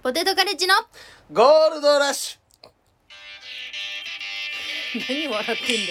ポテトカレッジのゴールドラッシ何笑ってんだよ。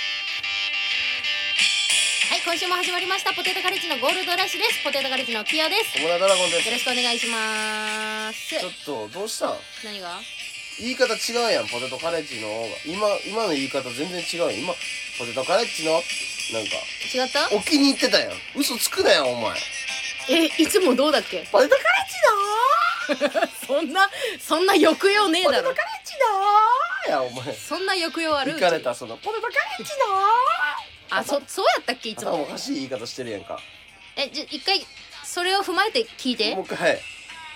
はい、今週も始まりましたポテトカレッジのゴールドラッシュです。ポテトカレッジのキヨです。 ュ小村ドラゴンです。 よろしくお願いします。 ちょっとどうしたん？ 何が？ 言い方違うやん。ポテトカレッジの今の言い方全然違うやん。今ポテトカレッジのなんか違った？ お気に入ってたやん。嘘つくなよお前。 いつもどうだっけ？ ポテトカレッジのそんな抑揚ねえだろ。 ポテトカレッジのやお前。 そんな抑揚ある？ 行かれたそのポテトカレッジのそうやったっけいつも。 頭おかしい言い方してるやんか。 じゃ一回それを踏まえて聞いて。 もう一回はい。 ポテ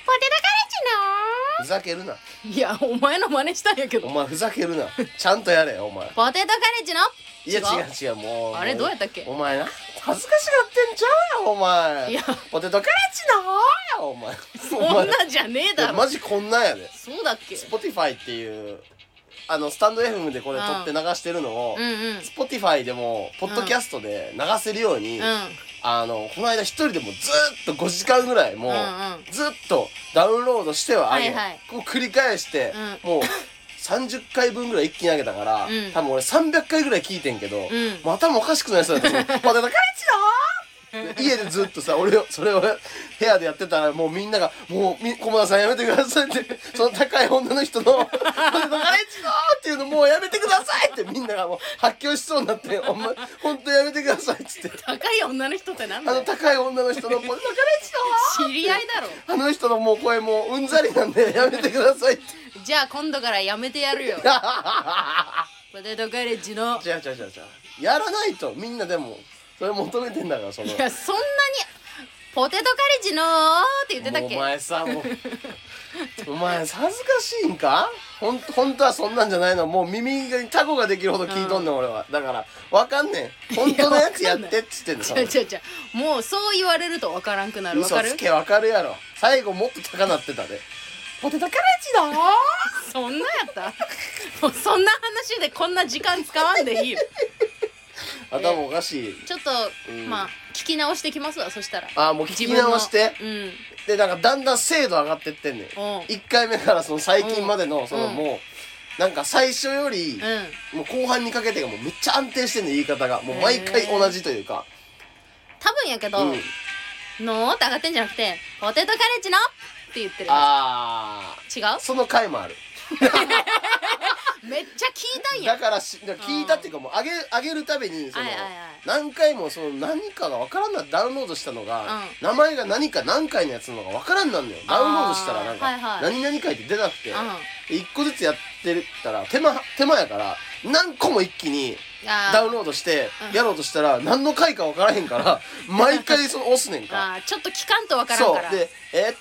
トカレッジのふざけるな。 いやお前の真似したんやけど。 お前ふざけるな。ちゃんとやれよお前。 ポテトカレッジのいや違うもう。 あれどうやったっけ？ お前な恥ずかしがってんちゃうよお前。 いやポテトカレッジのやお前。 そんなじゃねえだろ。 マジこんなんやで。 そうだっけ？ Spotify っていうスタンド FM でこれ撮って流してるのを、Spotify でもポッドキャストで流せるように、この間一人でもずーっと5時間ぐらいもう、ずっとダウンロードしては上げ、こう繰り返して、もう30回分ぐらい一気に上げたから、多分俺300回ぐらい聞いてんけど、もう頭おかしくなりそうだった。ポテトカレッジ家でずっとさ、それを部屋でやってたら、もうみんなが、もう、小村さんやめてくださいって、その高い女の人の、ポテトカレッジのっていうのもうやめてくださいってみんながもう発狂しそうになって、お前、ほんとやめてくださいっつって。 高い女の人ってなんだよ。 高い女の人のポテトカレッジの知り合いだろ。 あの人のもう声もううんざりなんでやめてくださいって。 じゃあ今度からやめてやるよ。ポテトカレッジの。 違う。やらないと、みんなでも、それ求めてんだから、その。 いや、そんなに、ポテトカレッジのーって言ってたっけ？ お前さ、もう、お前恥ずかしいんか？ほんとはそんなんじゃないの。もう耳にタコができるほど聞いとんねん、俺は。だから、わかんねん。ほんとのやつやってって言ってんの。 違う。もうそう言われるとわからんくなる。わかる？ 嘘つけわかるやろ。最後もっと高なってたで。ポテトカレッジだーそんなやった？もうそんな話でこんな時間使わんでいいよ。 頭おかしい。 ちょっと、まあ聞き直してきますわ。そしたらもう聞き直して。でなんかだんだん精度上がってってんねん。1回目からその最近までのそのもうなんか最初よりもう後半にかけてがもうめっちゃ安定してんねん、言い方がもう毎回同じというか。 多分やけど「のー」って上がってんじゃなくて「ポテトカレッジの」って言ってる。違う？ その回もある。 めっちゃ聞いたんや。 だから聞いたっていうかもう上げるたびにその何回もその何かが分からんなダウンロードしたのが名前が何か何回のやつのが分からんなんだよ。ダウンロードしたらなんか何々回って出なくて1個ずつやってったら手間やから何個も一気にダウンロードしてやろうとしたら何の回か分からへんから毎回その押すねんか。 ちょっと聞かんと分からんから。 そうで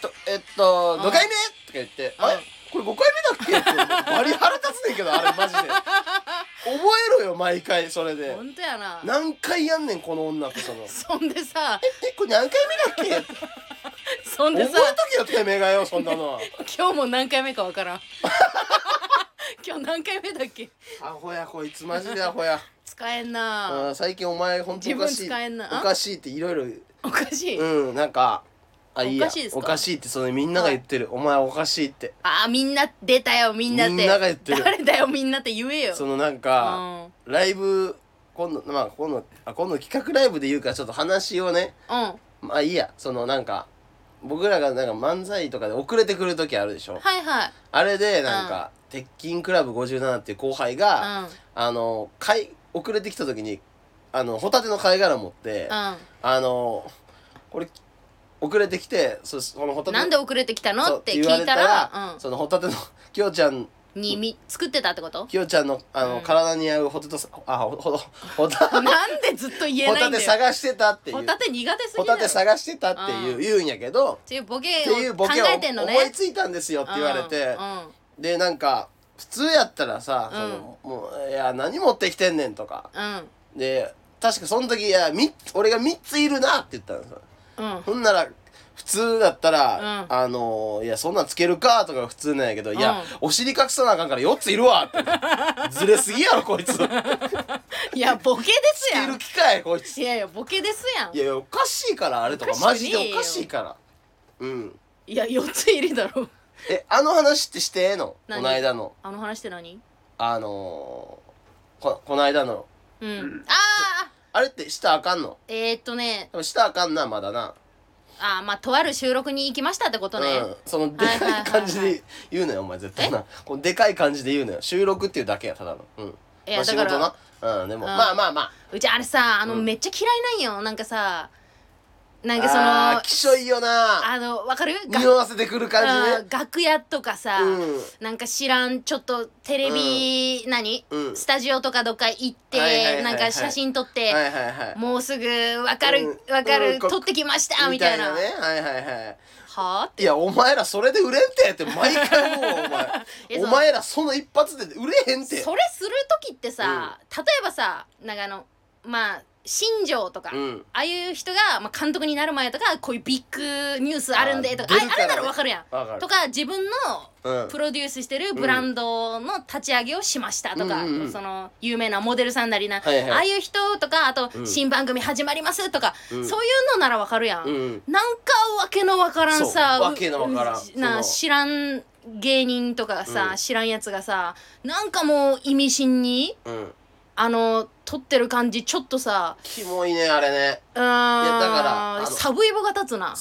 5回目とか言ってあれこれ5回目だっけってバリ腹立つねんけど、あれマジで覚えろよ毎回。それでほんとやな。 何回やんねんこの女って。そんでさこれ何回目だっけそんでさ覚えとけよてめえがよ、そんなのは。 今日も何回目かわからん。今日何回目だっけ？ アホやこいつマジでアホや。 使えんな。 最近お前ほんとおかしい。おかしいっていろいろ。 おかしい？ なんかいいや、おかしいってそれみんなが言ってる。お前おかしいって。 みんな出たよ、みんなって。 みんなが言ってる。 誰だよみんなって言えよ。 そのなんかライブ今度企画ライブで言うからちょっと話をね。まあいいや。そのなんか僕らがなんか漫才とかで遅れてくる時あるでしょ。あれでなんか鉄筋クラブ57っていう後輩が遅れてきた時にホタテの貝殻持ってこれ遅れてきてそのホタテなんで遅れてきたのって聞いたらそのホタテのきよちゃんに作ってたってこと？ きよちゃんの体に合うホタテなんでずっと言えないんだよ。 ホタテ探してたっていう。 ホタテ苦手すぎだよ。 ホタテ探してたって言うんやけどっていうボケを考えてんのね。 思いついたんですよって言われてでなんか普通やったらさもういや何持ってきてんねんとかで確かその時俺が3ついるなって言ったんですよ。ほんなら普通だったらいやそんなんつけるかとか普通なんやけどいやお尻隠さなあかんから4ついるわってずれすぎやろこいつ。 いやボケですやん。 つける気かいこいつ。 いやボケですやん。 いやおかしいからあれとかマジでおかしいから。 いや4つ入りだろ。 あの話ってしてええの？こ何の間のあの話って何？ この間のあれってしたらあかんの？多分したらあかんな、まだな。 まあとある収録に行きましたってことね。 そのでかい感じで言うなよお前、絶対な。このでかい感じで言うなよ。収録っていうだけや、ただの。 いやまあ仕事な。でもまあうちあれさ、めっちゃ嫌いなんよ。なんかさ、なんかそのきしょいよな。 わかる？ 匂わせてくる感じね。 楽屋とかさ、なんか知らんちょっとテレビスタジオとかどっか行ってなんか写真撮ってもうすぐわかる撮ってきましたみたいな。はあって。 いやお前らそれで売れんてって毎回もうお前らその一発で売れへんて。 それする時ってさ、例えばさ、なんかまあ新庄とか、ああいう人が、監督になる前とかこういうビッグニュースあるんでとか、あれなら分かるやんとか、自分のプロデュースしてるブランドの立ち上げをしましたとか、その有名なモデルさんなりな、ああいう人とか、あと新番組始まりますとか、そういうのなら分かるやん。なんかわけのわからんさ、 わけのわからん知らん芸人とかさ、知らんやつがさ、なんかもう意味深に撮ってる感じちょっとさ、 キモいねあれね。いやだからサブイボが立つな。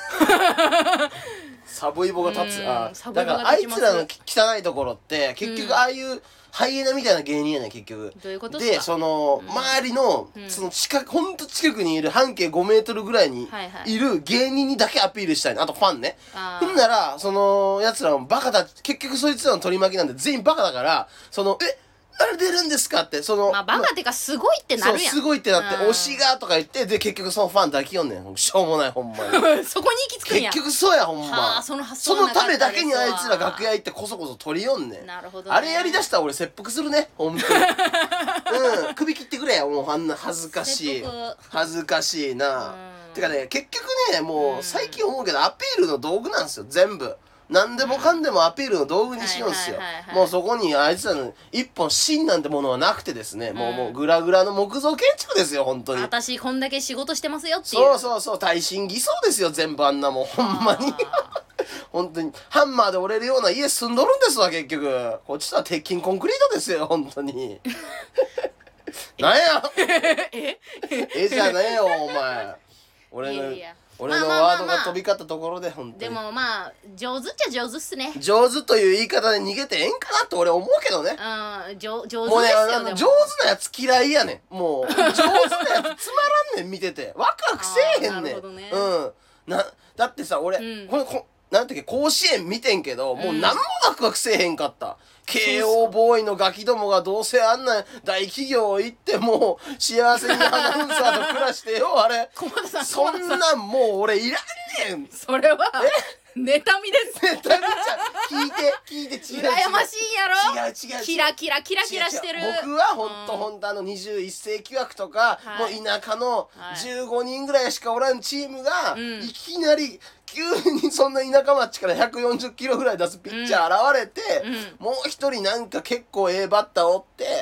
サブイボが立つ。だからあいつらの汚いところって結局ああいうハイエナみたいな芸人やねん結局。 どういうことでその周りのそのほんと近くにいる半径5メートルぐらいにいる芸人にだけアピールしたいの。あとファンね。ほんならそのやつらもバカだ、結局そいつらの取り巻きなんで全員バカだから、そのあれ出るんですかって、そのバカってかすごいってなるやん。 そうすごいってなって推しがとか言って、で結局そのファン抱きよんねん。しょうもないほんまにそこに行き着くんや。 結局そうやほんま。 そのためだけにあいつら楽屋行ってこそこそ取りよんねん。 なるほど、 あれやりだしたら俺切腹するねほんとに首切ってくれやもう。あんな恥ずかしいな。てかね、結局ね、もう最近思うけどアピールの道具なんですよ全部。何でもかんでもアピールの道具にしようんすよ。もうそこにあいつらの一本芯なんてものはなくてですね、もうグラグラの木造建築ですよ本当に。 私こんだけ仕事してますよっていう。 そう耐震偽装ですよ全部あんなもんほんまに本当にハンマーで折れるような家住んどるんですわ結局。こっちとは鉄筋コンクリートですよ本当になんやじゃねえよお前。俺のワードが飛び交ったところで本当に。 でも上手っちゃ上手っすね。 上手という言い方で逃げてええんかなって俺思うけどね。 上手ですよ。 もうね上手なやつ嫌いやねん。もう上手なやつつまらんねん見てて。ワクワクせえへんねん。だってさ俺なんていうか甲子園見てんけど、もう何もワクワクせえへんかった。慶応ボーイのガキどもがどうせあんな大企業行ってもう幸せにアナウンサーと暮らしてよあれ。そんなんもう俺いらんねん。 それは妬みです。 妬みちゃ聞いて違う羨ましいやろ。 違うキラキラしてる。 僕はほんと21世紀枠とか、もう田舎の15人ぐらいしかおらんチームがいきなり急にそんな田舎町から140キロぐらい出すピッチャー現れて、もう一人なんか結構バッターおって、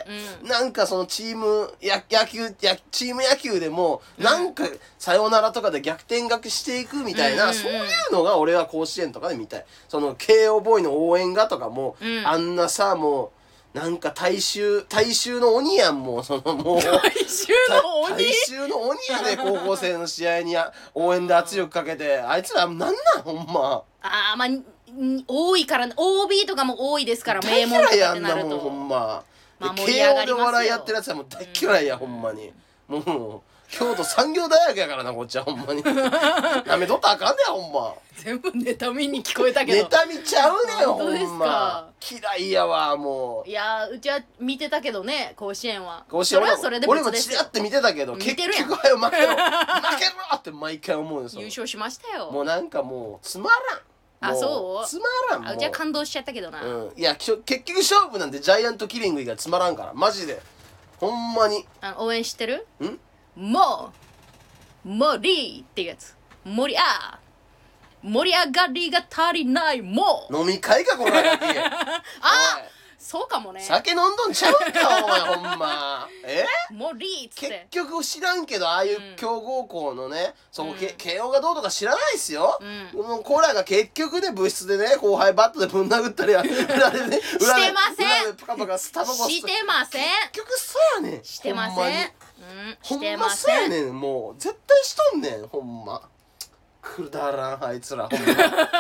なんかそのチーム野球でもなんかサヨナラとかで逆転勝ちしていくみたいな、そういうのが俺は甲子園とかで見たい。その慶応ボーイの応援がとかも、あんなさもうなんか大衆の鬼やん。もうそのもう大衆の鬼やで高校生の試合に応援で圧力かけて。あいつらなんなんほんま。 多いから OB とかも多いですから、名門とかってなると大嫌いやんなもんほんま。慶応で笑いやってるやつはもう大嫌いやほんまに。もう京都産業大学やからなこっちはほんまになめとったらあかんねやほんま。 全部妬みに聞こえたけど。 妬みちゃうねんほんま。嫌いやわもう。 いやうちは見てたけどね甲子園は。 それで俺もチラって見てたけど結局はよ負けろって毎回思うんですよ。 優勝しましたよ。 もうなんかもうつまらん。 そうつまらん。もううちは感動しちゃったけどな。 いや結局勝負なんてジャイアントキリング以外つまらんからマジでほんまに。 応援してる？もりっていうやつ。盛り上がりが足りないもう。 飲み会かこのガキそうかもね。 酒飲んどんちゃうんかお前ほんまもうリーっつっ結て。 局知らんけどああいう強豪校のね、慶応がどうとか知らないっすよ、もうコーラが結局ね部室でね後輩バットでぶん殴ったり裏でねしてません裏でプカプカタバコしてません。 結局そうやねん。 してません。 ほんまそうやねん。もう絶対しとんねんほんま。くだらんあいつらほんま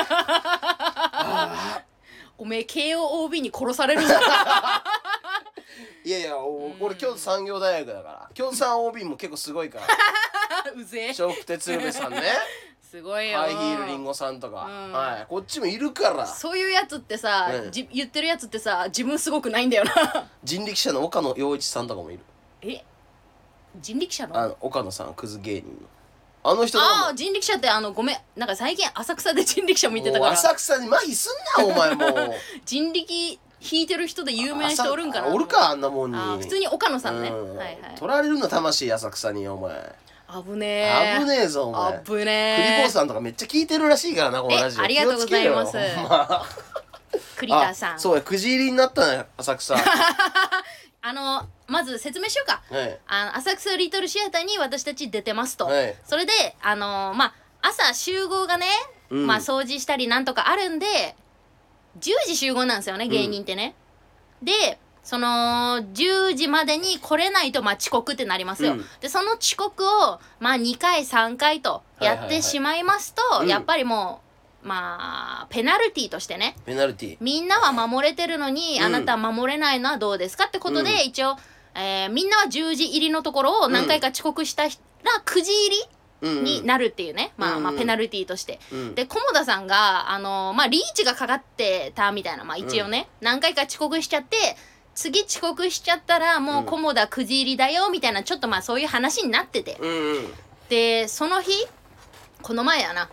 おめえ慶応 OB に殺されるんだいやいや俺京都産業大学だから京都産 OB も結構すごいからうぜえ。 笑福亭鶴瓶さんねすごいよ。 ハイヒールりんごさんとか、はい、こっちもいるから。 そういうやつってさ、言ってるやつってさ自分すごくないんだよな人力車の岡野陽一さんとかもいる。 人力車の岡野さんクズ芸人のあの人とかも。 人力車ってごめんなんか最近浅草で人力車見てたから。 浅草に麻痺すんなお前もう人力引いてる人で有名な人おるんかな。 おるかあんなもんに。 普通に岡野さんね。はいはい。 取られるの魂浅草にお前。 危ねえ。 危ねえぞお前。 危ねえ。 栗坊さんとかめっちゃ聞いてるらしいからなこのラジオ。 ありがとうございます。栗田さん。 そうやくじ入りになったね浅草。 まず説明しようか。浅草リトルシアターに私たち出てますと。それで朝集合がね、掃除したりなんとかあるんで10時集合なんですよね芸人ってね。でその10時までに来れないと遅刻ってなりますよ。でその遅刻を2回3回とやってしまいますと、やっぱりもうペナルティーとしてね、みんなは守れてるのに、あなたは守れないのはどうですかってことで、一応、みんなは10時入りのところを何回か遅刻したら9時入りになるっていうね、ペナルティーとして、で菰田さんがリーチがかかってたみたいな、一応ね、何回か遅刻しちゃって次遅刻しちゃったらもう菰田9時入りだよみたいな、ちょっとそういう話になってて、でその日この前やな、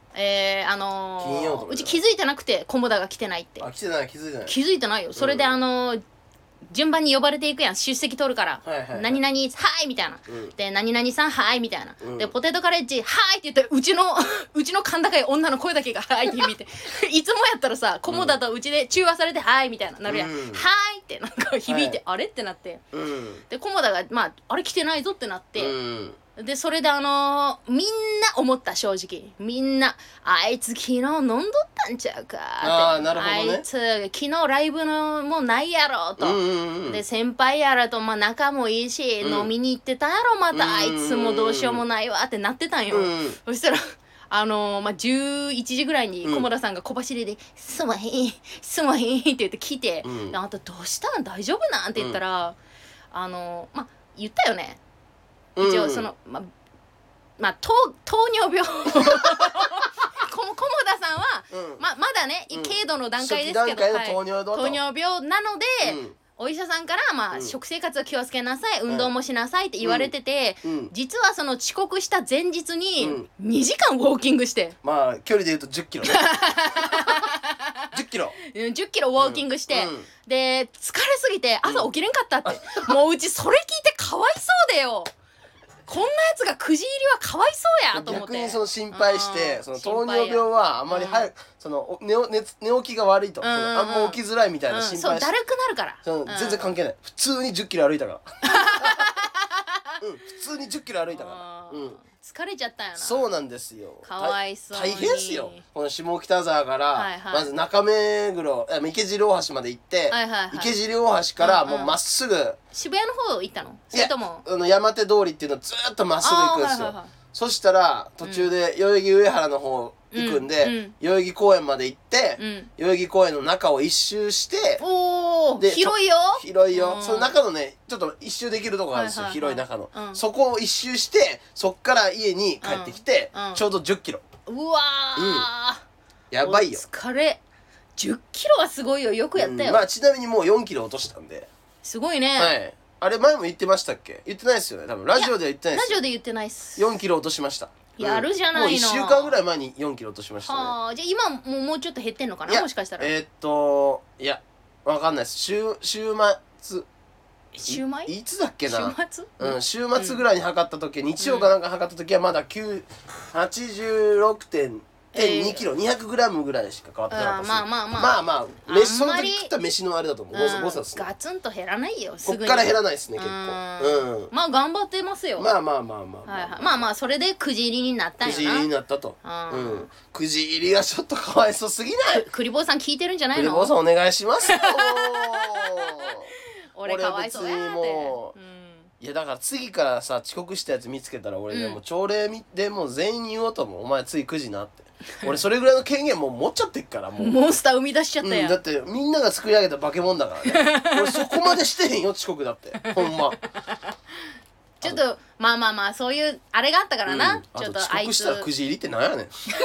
うち気づいてなくて菰田が来てないって。 気づいてないよ。それで順番に呼ばれていくやん、出席取るから「何々はい」みたいな、で「何々さんはい」みたいな、でポテトカレッジ「はい」って言ったらうちの甲高い女の声だけが「はい」って響いていつもやったらさ菰田とうちで中和されて「はい」みたいななるやん、はいってなんか響いて、あれってなって、で菰田があれ来てないぞってなって、でそれでみんな思った、正直みんなあいつ昨日飲んどったんちゃうかって、 なるほどね、 あいつ昨日ライブのもうないやろと、で先輩やらと仲もいいし、飲みに行ってたやろまた、あいつもどうしようもないわってなってたんよ、そしたら11時ぐらいに菰田さんが小走りで「すまへんすまへん」って言って来て「あんたどうしたん大丈夫なん?」って言ったら言ったよね。一応その糖尿病菰田さんは、まだね、軽度の段階ですけど、糖尿病なので、お医者さんから食生活を気をつけなさい、運動もしなさいって言われてて、実はその遅刻した前日に2時間ウォーキングして、 距離で言うと10キロね 10キロウォーキングして、で疲れすぎて朝起きれんかったって、もううちそれ聞いてかわいそうでよ、こんなやつが9時入りはかわいそうやと思って。 逆にその心配して、その糖尿病はあんまり早く、その寝起きが悪いと、あんま起きづらいみたいな心配して、 そうだるくなるから、 全然関係ない。普通に10キロ歩いたから普通に10キロ歩いたから、 疲れちゃったよな。 そうなんですよ。 かわいそうに大変っすよ。この下北沢からまず中目黒池尻大橋まで行って、池尻大橋からもうまっすぐ渋谷の方行ったの？それとも山手通りっていうのをずーっとまっすぐ行くんですよ。そしたら途中で代々木上原の方行くんで、代々木公園まで行って、代々木公園の中を一周して、 広いよ広いよ、その中のねちょっと一周できるとこがあるんですよ、広い中の、そこを一周してそっから家に帰ってきて、ちょうど10キロ。 うわー、やばいよ。 疲れ。10キロはすごいよ、よくやったよ。 ちなみにもう4キロ落としたんで。 すごいね。 はい。あれ前も言ってましたっけ？言ってないですよね、多分ラジオでは言ってないです。 ラジオで言ってないっす。 4キロ落としました。 やるじゃないの。 もう1週間ぐらい前に4キロ落としましたね。 はあ、じゃあ今もうちょっと減ってんのかな、もしかしたら。 いやわかんないです。週末週末いつだっけな、 週末ぐらいに測った時、日曜かなんか測った時はまだ86.2 1.2キロ、200グラムぐらいしか変わってなかったです。まあその時食った飯のあれだと思う。誤差ですね。 ガツンと減らないよ。 こっから減らないですね、結構。 まあ頑張ってますよ。 まあそれでくじ入りになったんやな。 くじ入りになったと。くじ入りがちょっとかわいそうすぎない？ クリボーさん聞いてるんじゃないの？ クリボーさんお願いしますよ。 俺かわいそうやーって。 いやだから次からさ遅刻したやつ見つけたら俺でも朝礼でもう全員言おうと思う。お前次9時なって。俺それぐらいの権限もう持っちゃってっからもう。 モンスター生み出しちゃったやん。 だってみんなが作り上げた化け物だからね。俺そこまでしてへんよ遅刻だって。ほんま。 ちょっとまあそういうあれがあったからな。 ちょっと遅刻したら9時入りってなんやねん。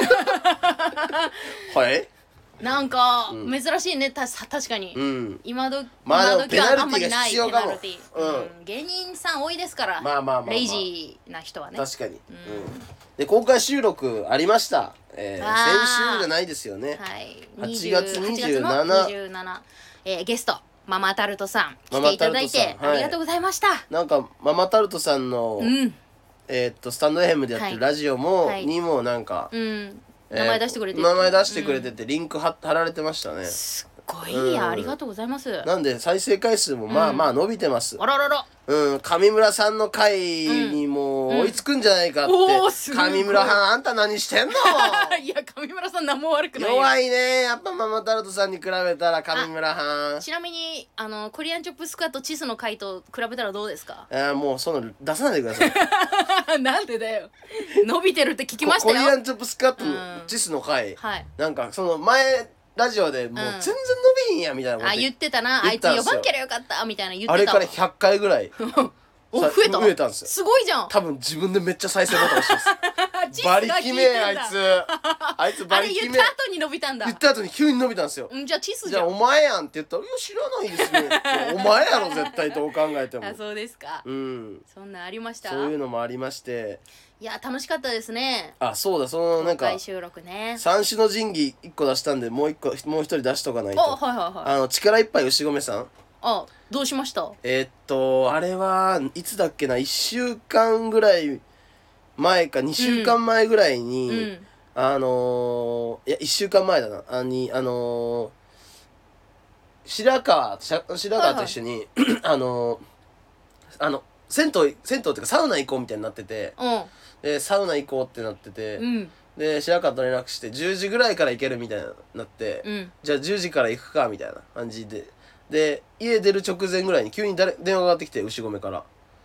はい。 なんか珍しいね。確かに今時はあんまりないペナルティ。芸人さん多いですから、レイジーな人はね。 確かに。で公開収録ありました。先週じゃないですよね。8月27。 ゲストママタルトさん来ていただいてありがとうございました。 なんかママタルトさんのスタンドFMでやってるラジオにもなんか名前出してくれて名前出してくれててリンク貼られてましたね。 すっごいや、ありがとうございます。 なんで再生回数もまあ伸びてます。 あららら。 上村さんの回にも追いつくんじゃないかって。上村はんあんた何してんの？ いや上村さん何も悪くない。 弱いねやっぱママタルトさんに比べたら上村はん。 ちなみにコリアンチョップスクワットチスの回と比べたらどうですか？ もうその出さないでください。 なんでだよ。伸びてるって聞きましたよ。 コリアンチョップスクワットのチスの回、なんかその前ラジオでもう全然伸びひんやみたいなこと言ってたな。あいつ呼ばんけりゃよかったみたいな言ってた。 あれから100回ぐらい増えたんですよ。すごいじゃん。 多分自分でめっちゃ再生ボタン押してます。バリキメあいつバリキメ。 あれ言った後に伸びたんだ。 言った後に急に伸びたんですよ。 じゃあチスじゃん。 じゃあお前やんって言ったら「いや知らないですね」お前やろ絶対どう考えても。 あ、そうですか。そんなんありました。 そういうのもありまして、 いや楽しかったですね。 あ、そうだ、そのなんか収録ね、 三種の神器1個出したんでもう一人出しとかないと。力いっぱい牛込さん。 どうしました？ あれはいつだっけな、1週間ぐらい前か2週間前ぐらいに、いや1週間前だな、白川と一緒に銭湯っていうかサウナ行こうみたいになってて、でサウナ行こうってなってて、で白川と連絡して10時ぐらいから行けるみたいになって、じゃあ10時から行くかみたいな感じで家出る直前ぐらいに急に電話がかかってきて、牛込から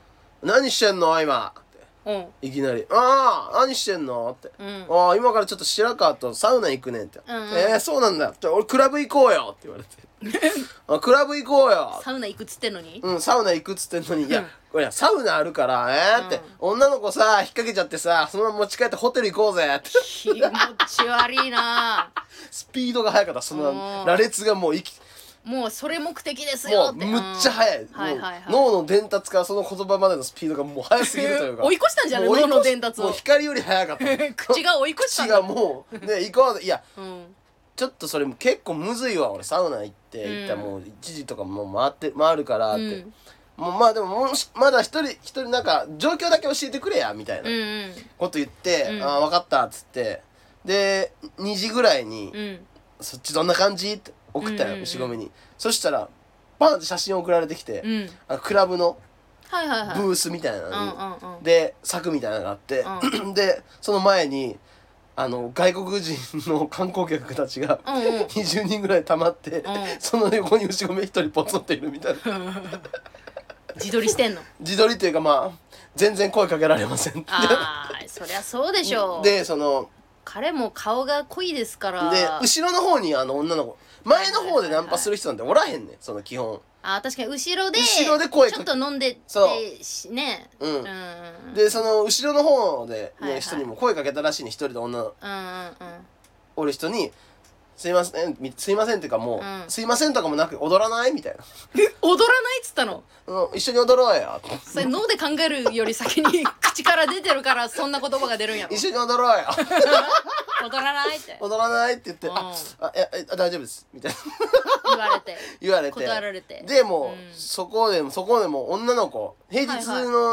「何してんの今」っていきなり「ああ何してんの?」って「ああ今からちょっと白川とサウナ行くねん」って「そうなんだ、じゃあ俺クラブ行こうよ」って言われてクラブ行こうよ。 サウナ行くっつってんのに。 サウナ行くっつってんのに、いやこれサウナあるからって女の子さ引っ掛けちゃってさそのまま持ち帰ってホテル行こうぜって。 気持ち悪いな。 スピードが速かった。その羅列がもうそれ目的ですよって。 もうむっちゃ速い。脳の伝達からその言葉までのスピードがもう速すぎるというか。 追い越したんじゃない脳の伝達を。 もう光より速かった。 口が追い越したんだ。 口がもうね行こう。いや。ちょっとそれも結構むずいわ。俺サウナ行ったらもう1時とかもう回るからって、もうまあでもまだ一人なんか状況だけ教えてくれやみたいなこと言って「ああ分かった」っつって、で2時ぐらいに「そっちどんな感じ?」って送ったよ牛込に。そしたらバンって写真送られてきて、クラブのブースみたいなのにで柵みたいなのがあって、でその前に外国人の観光客たちが20人ぐらい溜まって、その横に牛込一人ポツンっているみたいな。 自撮りしてんの？ 自撮りっていうかまあ全然声かけられません。 そりゃそうでしょう。 で彼も顔が濃いですから。 で後ろの方に女の子、前の方でナンパする人なんておらへんねん、その基本。 確かに後ろで声ちょっと飲んでてね。 でその後ろの方で人にも声かけたらしいね、一人で女のおる人に「すいません」っていうかもう「すいません」とかもなく「踊らない?」みたいな。 踊らないっつったの？ 一緒に踊ろうや。 それ脳で考えるより先に口から出てるからそんな言葉が出るんやろ。 一緒に踊ろうや。 踊らないって踊らないって言って「大丈夫です」みたいな言われて断られて、 でもそこでも女の子平日の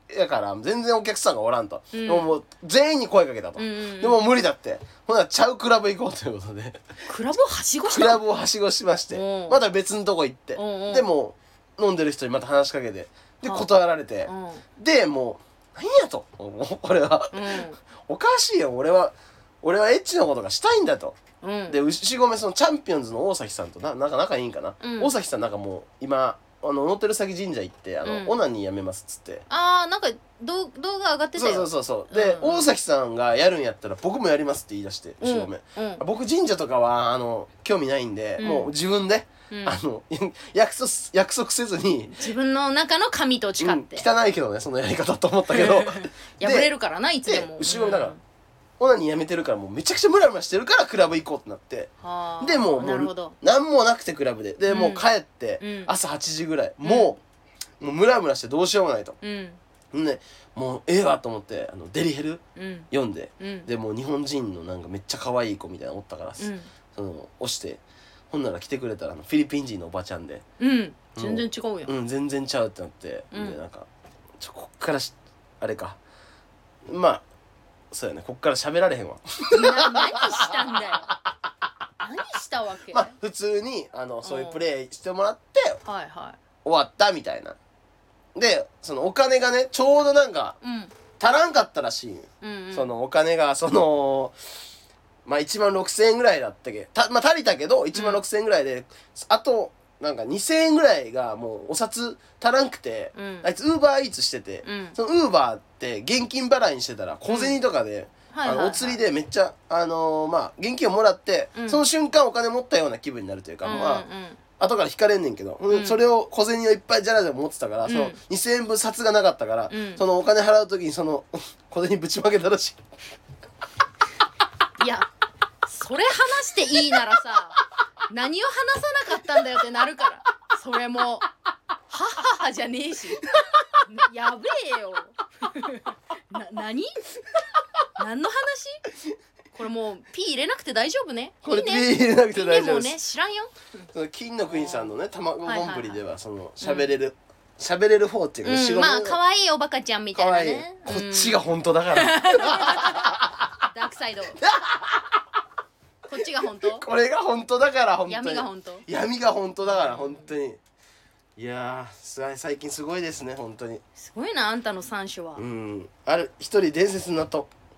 やから全然お客さんがおらんと、 うん、 でももう全員に声かけたと、 うんうんうん、 でも無理だって、ほなちゃうクラブ行こうということでクラブをはしごしたクラブをはしごしまして、また別のとこ行って、でも飲んでる人にまた話しかけて、で断られて、でもう何やと、もうこれは、おかしいよ、俺はエッチなことがしたいんだと、で牛込そのチャンピオンズの大崎さんとなんか仲いいんかな、大崎さんなんかもう今乗ってる先神社行ってオナニーやめますっつって、 なんか動画上がってたよ。 そうで、大崎さんがやるんやったら僕もやりますって言い出して、牛込、僕神社とかは興味ないんで、もう自分で約束せずに自分の中の神と誓って、 汚いけどねそのやり方と思ったけど破れるからないつでも。 牛込だからオナニーやめてるからもうめちゃくちゃムラムラしてるからクラブ行こうってなって、でもう何もなくてクラブでもう帰って朝8時ぐらい、もうムラムラしてどうしようもないと、でもうええわと思ってデリヘル読んで、でもう日本人のなんかめっちゃ可愛い子みたいなのおったから、その押してほんなら来てくれたらフィリピン人のおばちゃんで、 全然違うやん、 全然ちゃうってなって、でなんかこっからあれか、まあそうやね、こっから喋られへんわ何したんだよ何したわけ。 まあ普通にそういうプレイしてもらって、 はいはい、 終わったみたいな。でそのお金がねちょうどなんか、足らんかったらしい、そのお金がまあ1万6,000円ぐらいだったけど、まあ足りたけど1万6,000円ぐらいで、あとなんか2,000円ぐらいがもうお札足らんくて、あいつウーバーイーツしてて、そのウーバーって現金払いにしてたら小銭とかで、お釣りでめっちゃまあ現金をもらって、その瞬間お金持ったような気分になるというか、まあ後から引かれんねんけど、それを小銭をいっぱいじゃらじゃら持ってたから、その2,000円分札がなかったから、そのお金払う時にその小銭ぶちまけたらしい。いやそれ話していいならさ何を話さなかったんだよってなるから、それもはははじゃねえしやべえよ何の話。これもう P 入れなくて大丈夫ね。 これ P 入れなくて大丈夫です。 もうね知らんよ。 金の国さんのね卵丼ぶりではその喋れる方っていうか、 まあ可愛いおバカちゃんみたいなね。 こっちが本当だからダークサイドこっちが本当。 これが本当だから本当に闇が本当。 闇が本当だから本当に。いやー最近すごいですね本当に。 すごいなあんたの三種は。 ある一人伝説になった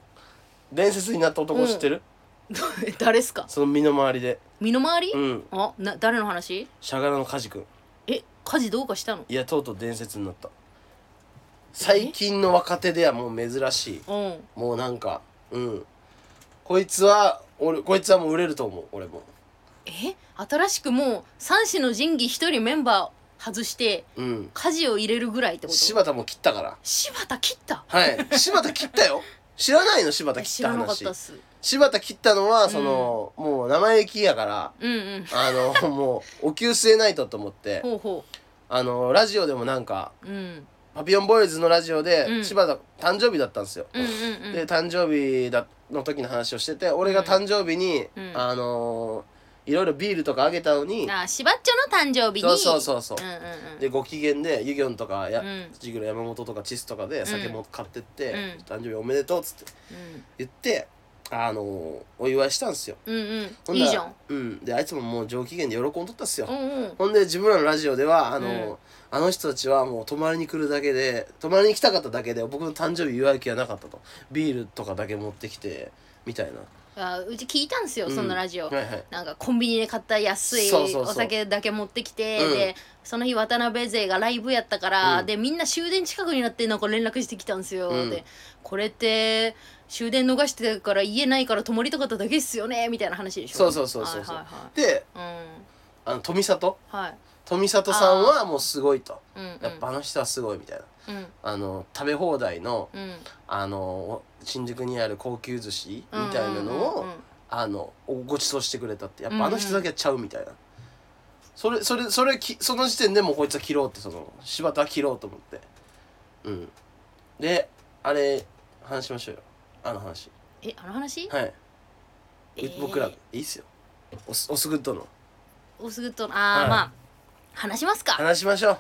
男知ってる？ 誰っすか？ その身の回りで。 身の回り？誰の話？ しゃがらのカジ君。 カジどうかしたの？いやとうとう伝説になった。最近の若手ではもう珍しい。もうなんかこいつはもう売れると思う俺も。 新しくもう三種の神器一人メンバー外して舵を入れるぐらいってこと？ 柴田も切ったから。 柴田切った？ はい柴田切ったよ知らないの？柴田切った話。知らなかったっす。柴田切ったのはもう生意気やからもうお給据えないとと思ってラジオでもなんかパピヨンボーイズのラジオで柴田誕生日だったんですよ。で誕生日の時の話をしてて、俺が誕生日にいろいろビールとかあげたのに、 しばっちょの誕生日にそうでご機嫌でユギョンとかジグロ山本とかチスとかで酒も買ってって誕生日おめでとうっつって言ってお祝いしたんですよ。 いいじゃん。であいつももう上機嫌で喜んどったっすよ。ほんで自分らのラジオではあの人たちはもう泊まりに来たかっただけで僕の誕生日祝う気はなかったと、ビールとかだけ持ってきてみたいな。 うち聞いたんすよそのラジオ。なんかコンビニで買った安いお酒だけ持ってきて、でその日渡辺勢がライブやったから、でみんな終電近くになってなんか連絡してきたんすよ。でこれって終電逃してから家ないから泊まりたかっただけっすよねみたいな話でしょ。 そうで富里さんはもうすごいと、やっぱあの人はすごいみたいな、食べ放題の新宿にある高級寿司みたいなのをご馳走してくれたって、やっぱあの人だけはちゃうみたいな。その時点でもうこいつは切ろうって、柴田は切ろうと思って、であれ話しましょうよ、あの話。 あの話？ はい。僕らいいっすよ。オスグッドの。 まあ話しますか。 話しましょう。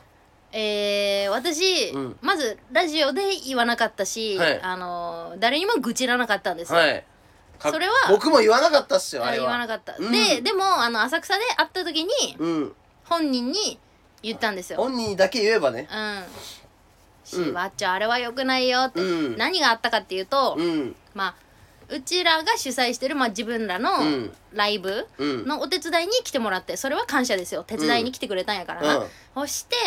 私、まずラジオで言わなかったし、誰にも愚痴らなかったんですよ。それは僕も言わなかったっすよ。あれは言わなかった。でも浅草で会った時に、本人に言ったんですよ。 本人にだけ言えばね。 しばっちょあれは良くないよって。何があったかっていうと、まあうちらが主催してる、自分らのライブのお手伝いに来てもらって、それは感謝ですよ。手伝いに来てくれたんやからな。そして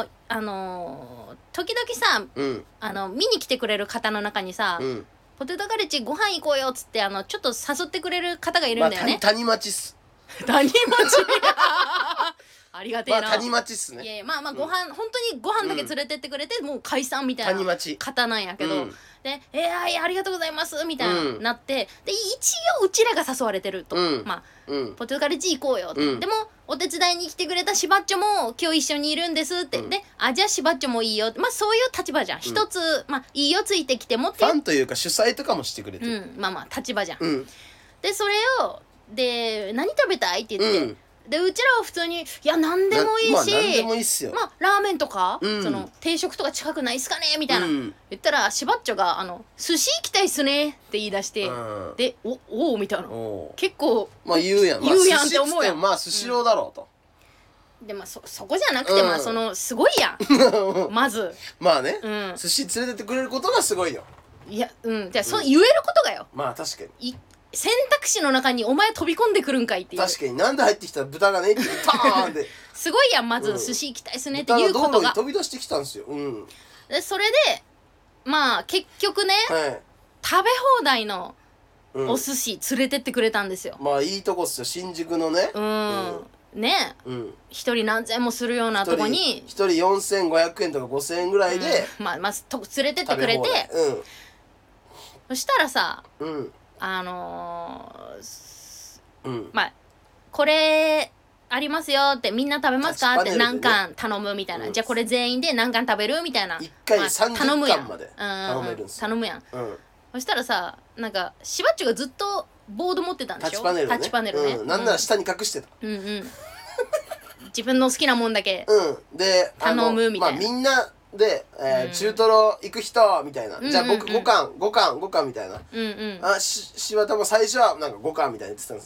時々さ、見に来てくれる方の中にさ、ポテトカレッジご飯行こうよっつってちょっと誘ってくれる方がいるんだよね。 谷町っす。 谷町ありがてえな。 谷町っすね。 いやいや、本当にご飯だけ連れてってくれて、もう解散みたいな方なんやけど、でありがとうございますみたいななって、で一応うちらが誘われてると、ポテトカレッジ行こうよって、でもお手伝いに来てくれたしばっちょも今日一緒にいるんですって、でじゃあしばっちょもいいよって、そういう立場じゃん。一ついいよついてきてもってファンというか主催とかもしてくれてる、 立場じゃん。でそれをで何食べたいって言って、でうちらは普通に「いや何でもいいし、 何でもいいっすよ。 ラーメンとか、その定食とか近くないっすかね」みたいな、言ったらしばっちょが「寿司行きたいっすね」って言い出して、で「おお」みたいな、結構言うやんって思うやん。 スシローだろうと。 でそこじゃなくて、そのすごいやんまず寿司連れてってくれることがすごいよ。 いやじゃあそう言えることがよ。 確かに選択肢の中にお前飛び込んでくるんかいっていう。 確かになんで入ってきたら豚がねってパーンってすごいやん。まず寿司行きたいっすねっていうことが飛び出してきたんですよ。 でそれで結局ね、食べ放題のお寿司連れてってくれたんですよ。 いいとこっすよ、新宿のね。 ね、一人何千円もするようなとこに一人4500円とか5000円ぐらいで連れてってくれて、そしたらさ、これありますよって、みんな食べますかって何貫頼むみたいな、じゃあこれ全員で何貫食べるみたいな、 1回30貫まで頼めるんですよ。 頼むやん。そしたらさ、なんかしばっちょがずっとボード持ってたんでしょ。タッチパネルね。 なんなら下に隠してた。 自分の好きなもんだけで頼むみたいな。 みんなで中トロ行く人みたいな、じゃあ僕5貫みたいな、柴田も最初はなんか5貫みたいに言ってたんです。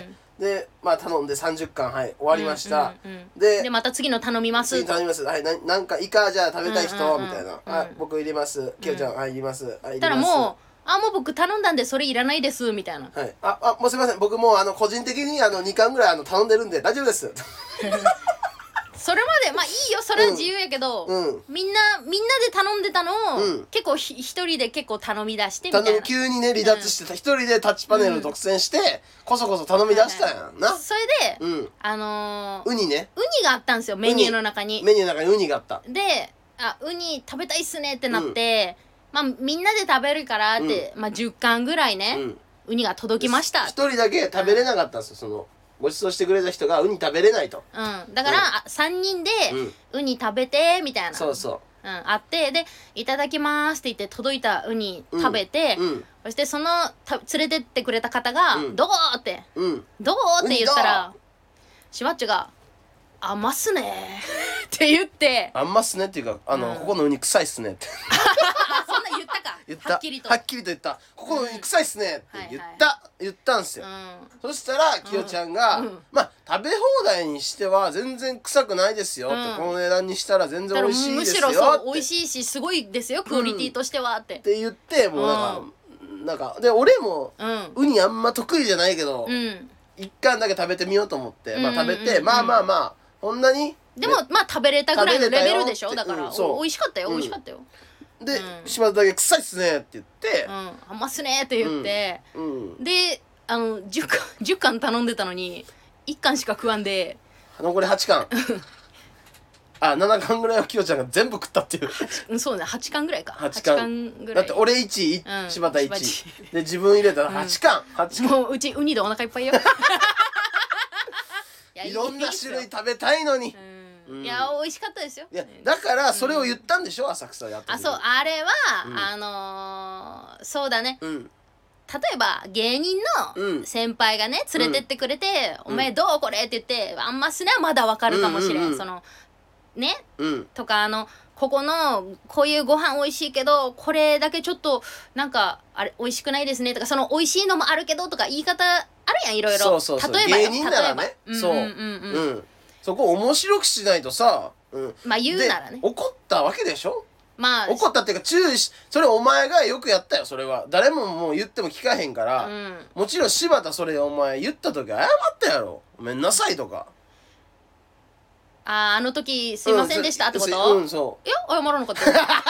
で頼んで30貫終わりました。 でまた次の頼みます。 次頼みます。なんかイカじゃあ食べたい人みたいな、僕入れます、きよちゃん入ります。 たらもう僕頼んだんでそれいらないですみたいな。 もうすいません、僕もう個人的に2貫ぐらい頼んでるんで大丈夫ですそれまでいいよ、それは自由やけど、みんなで頼んでたのを結構一人で結構頼み出してみたいな。 急にね離脱してた、一人でタッチパネル独占してこそこそ頼み出したやんな。 それでウニね、 ウニがあったんですよ、メニューの中に。 ウニがあった。 でウニ食べたいっすねってなって、みんなで食べるからって、10貫ぐらいね、ウニが届きました。 一人だけ食べれなかったんですよ、そのご馳走してくれた人がウニ食べれないと。 だから3人でウニ食べてみたいな、あって、で「いただきます」って言って届いたウニ食べて、そしてその連れてってくれた方が「どう?」って「どう?」って言ったらしばっちょが「甘っすね」って言って。 甘っすねっていうかここのウニ臭いっすねってそんな言ったか。はっきりと言った。ここのウニ臭いっすねって言ったんすよ。そしたらきよちゃんが食べ放題にしては全然臭くないですよって、この値段にしたら全然美味しいですよって、むしろ美味しいしすごいですよクオリティとしてはって言って、もうなんかで俺もウニあんま得意じゃないけど1貫だけ食べてみようと思って食べて、こんなにでも食べれたぐらいのレベルでしょ。だから美味しかったよ、美味しかったよ。 で島田だけ臭いっすねって言って 「甘っすね」って言って、で10貫頼んでたのに1貫しか食わんで残り8貫7貫ぐらいはきよちゃんが全部食ったっていう。 そうね、8貫ぐらいか。 8貫ぐらいだって俺1位、柴田1位で自分入れたら8貫。 もううちウニでお腹いっぱいよ。 いろんな種類食べたいのに。 いや美味しかったですよ。 いやだからそれを言ったんでしょ、浅草やった時に。 そう、あれはそうだね、例えば芸人の先輩がね連れてってくれて「お前どうこれ?」って言って「あんますね」はまだわかるかもしれん。そのね、 うん、 とかここのこういうご飯美味しいけどこれだけちょっとなんかあれ美味しくないですねとか、その美味しいのもあるけどとか言い方あるやん、いろいろ。 そうそうそう、 例えば芸人ならね、そう、うん、そこ面白くしないとさ、 まあ言うならね、 怒ったわけでしょ。 まあ怒ったっていうか注意し、それお前がよくやったよ。それは誰ももう言っても聞かへんから、もちろん柴田それお前言った時謝ったやろ、ごめんなさいとか。 あの時すいませんでしたってこと？ そういや謝らなかった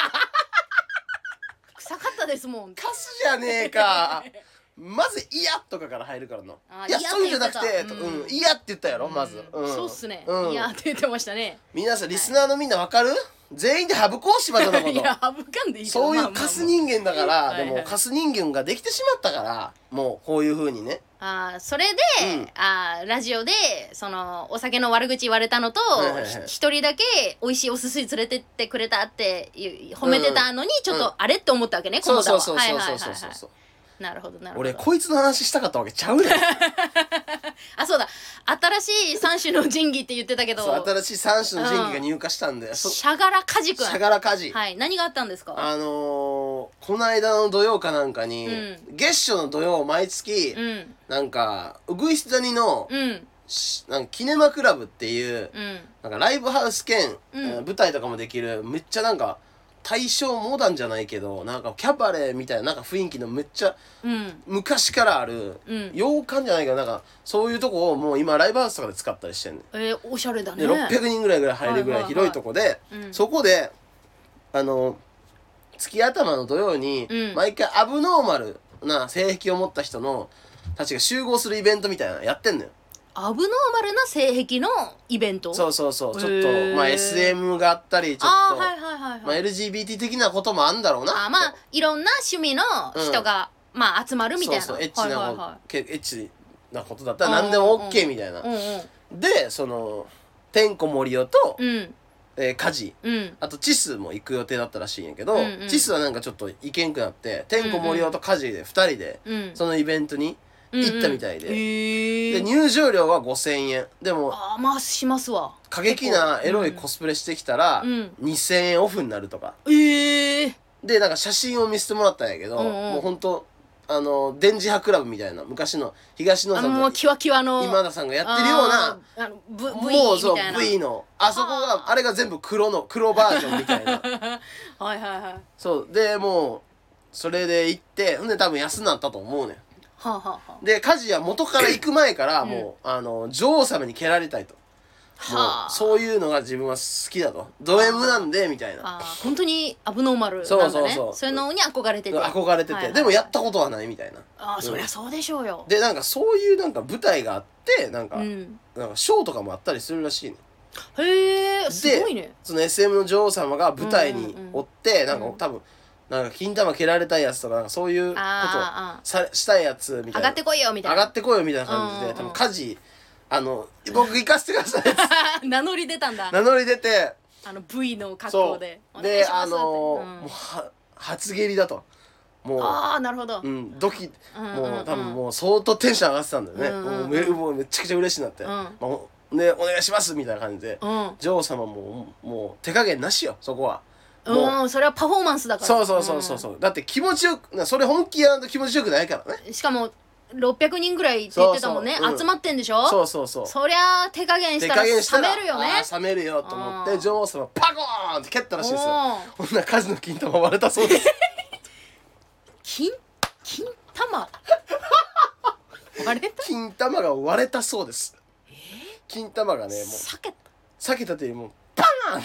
臭かったですもん。 カスじゃねえかまず「いや」とかから入るからな。いやそういうんじゃなくて「いや」って言ったやろまず。 そうっすね、いやって言ってましたね。 皆さんリスナーのみんなわかる？全員で省こう柴田のこと。 いや省かんでいいけど、 そういうカス人間だから。でもカス人間ができてしまったから、もうこういう風にね。 それでラジオでそのお酒の悪口言われたのと、一人だけ美味しいお寿司連れてってくれたって褒めてたのにちょっとあれって思ったわけね、 そうそうそうそうそうそう。 なるほどなるほど。 俺こいつの話したかったわけちゃうねんあ、そうだ、新しい三種の神器って言ってたけど、 そう新しい三種の神器が入荷したんだよ。 シャガラカジ君。 シャガラカジ、 はい、何があったんですか？ この間の土曜かなんかに、月初の土曜毎月、なんかウグイス谷の、なんかキネマクラブっていう、なんかライブハウス兼、舞台とかもできるめっちゃなんか大正モダンじゃないけどなんかキャバレーみたいななんか雰囲気のめっちゃ昔からある、洋館じゃないけどなんかそういうとこをもう今ライブハウスとかで使ったりしてんねん。 おしゃれだね。 で600人ぐらい入るぐらい広いとこで、そこで月頭の土曜に毎回アブノーマルな性癖を持った人のたちが集合するイベントみたいなのやってんのよ。 アブノーマルな性癖のイベント。 そうそうそう、ちょっとまあ SM があったりちょっとまあ LGBT 的なこともあんだろうな。 まあいろんな趣味の人が、まあ集まるみたいな。 そうそう、エッチなことだったら何でも OK みたいな。でその天子森生とカジ、あとチスも行く予定だったらしいんやけど、チスはなんかちょっと行けんくなって天子森生とカジで2人でそのイベントに行ったみたいで、で入場料は5000円でもまあしますわ。 過激なエロいコスプレしてきたら2000円オフになるとか。でなんか写真を見せてもらったんやけど、もうほんと電磁波クラブみたいな昔の東野さんもうキワキワの今田さんがやってるようなもうそう V のあそこがあれが全部黒バージョンみたいなはいはいはい。 そうでもうそれで行ってほんで多分安なったと思うねん。でカジは元から行く前からもう女王様に蹴られたいと、もうそういうのが自分は好きだと、ド M なんでみたいな。 本当にアブノーマルなんだね。そういうのに憧れててでもやったことはないみたいな。 そりゃそうでしょうよ。 でなんかそういうなんか舞台があってなんかショーとかもあったりするらしいね。 へえ、すごいね。 でその SM の女王様が舞台におってなんか多分なんか金玉蹴られたいやつとかなんかそういうことをしたいやつみたいな、 上がってこいよみたいな、 上がってこいよみたいな感じで多分家事僕行かせてください名乗り出たんだ。 名乗り出て V の格好ででもう初蹴りだと、もうなるほど、 ドキもう多分もう相当テンション上がってたんだよね。もうめちゃくちゃ嬉しいなって、でお願いしますみたいな感じで女王様もう手加減なしよそこは。 それはパフォーマンスだから。 そうだって気持ちよくそれ本気やらんと気持ちよくないからね。 しかも600人ぐらいって言ってたもんね。集まってんでしょ。そうそりゃ手加減したら冷めるよね。 冷めるよと思って女王様パコーンって蹴ったらしいですよ。ほんなら数の金玉割れたそうです金玉割れた。 金玉が割れたそうです。金玉がねもう避けたというよりもパーン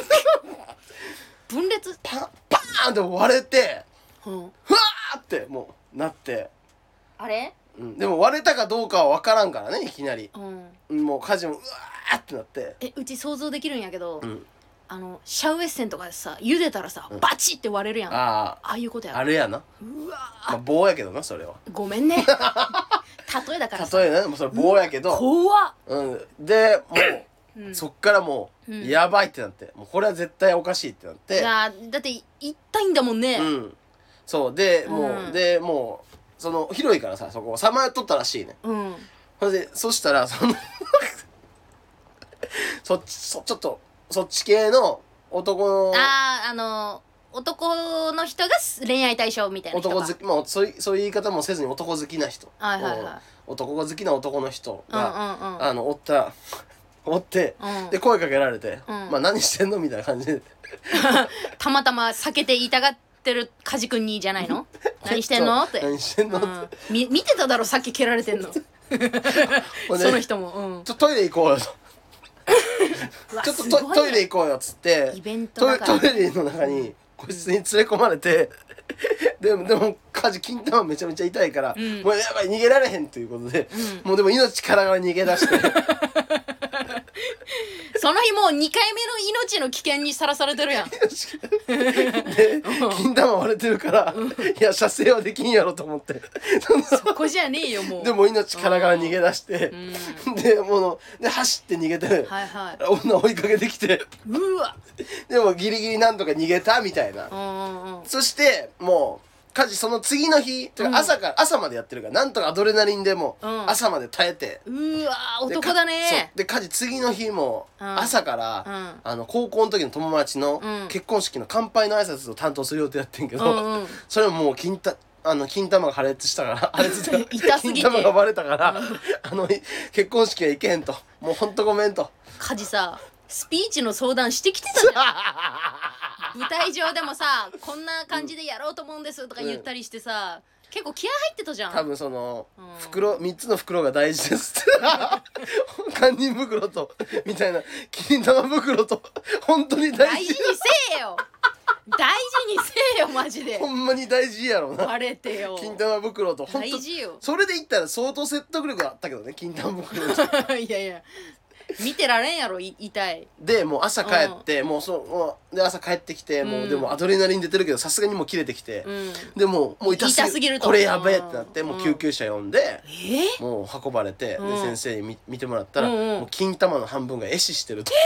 分裂パーンって割れてふわーってもうなって、 あれでも割れたかどうかは分からんからねいきなり、もう火事もうわーってなって、 うち想像できるんやけど、シャウエッセンとかでさ茹でたらさバチって割れるやん。ああいうことやあれやな。うわ棒やけどなそれは。 ごめんね例えだからさ。 例えねもうそれ棒やけど怖っ。 でもうそっからもうやばいってなってもうこれは絶対おかしいってなって。いやだって痛いんだもんね。 そうでもうその広いからさそこさまよっとったらしいね。そしたらちょっとそっち系の男の男の人が恋愛対象みたいな人が、 男好き、もうそういう言い方もせずに男好きな人、 はいはいはい、 男が好きな男の人が、 うんうんうん、 おって、うん、で声かけられて、うん、まあ何してんのみたいな感じでたまたま避けていたがってるカジ君にじゃないの何してんのって何してんのって、 うん、見てただろさっき蹴られてんのその人も、うん、 ちょっとトイレ行こうよとちょっとトイレ行こうよっつってイベントだから、 トイレの中に個室に連れ込まれてでもカジ金玉めちゃめちゃ痛いから、うん、もうやばい逃げられへんということで、うん、もうでも命からがら逃げ出してその日もう2回目の命の危険にさらされてるやんで金玉割れてるから、いや射精はできんやろと思ってそこじゃねえよもう。 でも命からがら逃げ出して、で走って逃げて、 はいはい、 女追いかけてきてうわでもギリギリなんとか逃げたみたいな、そしてもう家事その次の日、朝までやってるからなんとかアドレナリンでも朝まで耐えて、 うわ男だね。 で家事次の日も朝から、高校の時の友達の結婚式の乾杯の挨拶を担当する予定やってんけど、それももう金玉が破裂したから痛すぎて金玉がバレたから、結婚式は行けへんと、もうほんとごめんと。 家事さスピーチの相談してきてたじゃん舞台上でもさこんな感じでやろうと思うんですとか言ったりしてさ、結構気合入ってたじゃん。 多分その、袋3つの袋が大事ですって堪忍袋とみたいな金玉袋と本当に大事にせえよ大事にせえよマジでほんまに大事やろな。 バレてよ金玉袋と大事よ。 それで言ったら相当説得力あったけどね金玉袋といやいや見てられんやろ痛い。 でもう朝帰って、もう朝帰ってきて、もうでもアドレナリン出てるけどさすがにもう切れてきて、でもう痛すぎるとこれやべえってなって、もう救急車呼んで、もう運ばれて、で先生に見てもらったら、もう金玉の半分が壊死してると。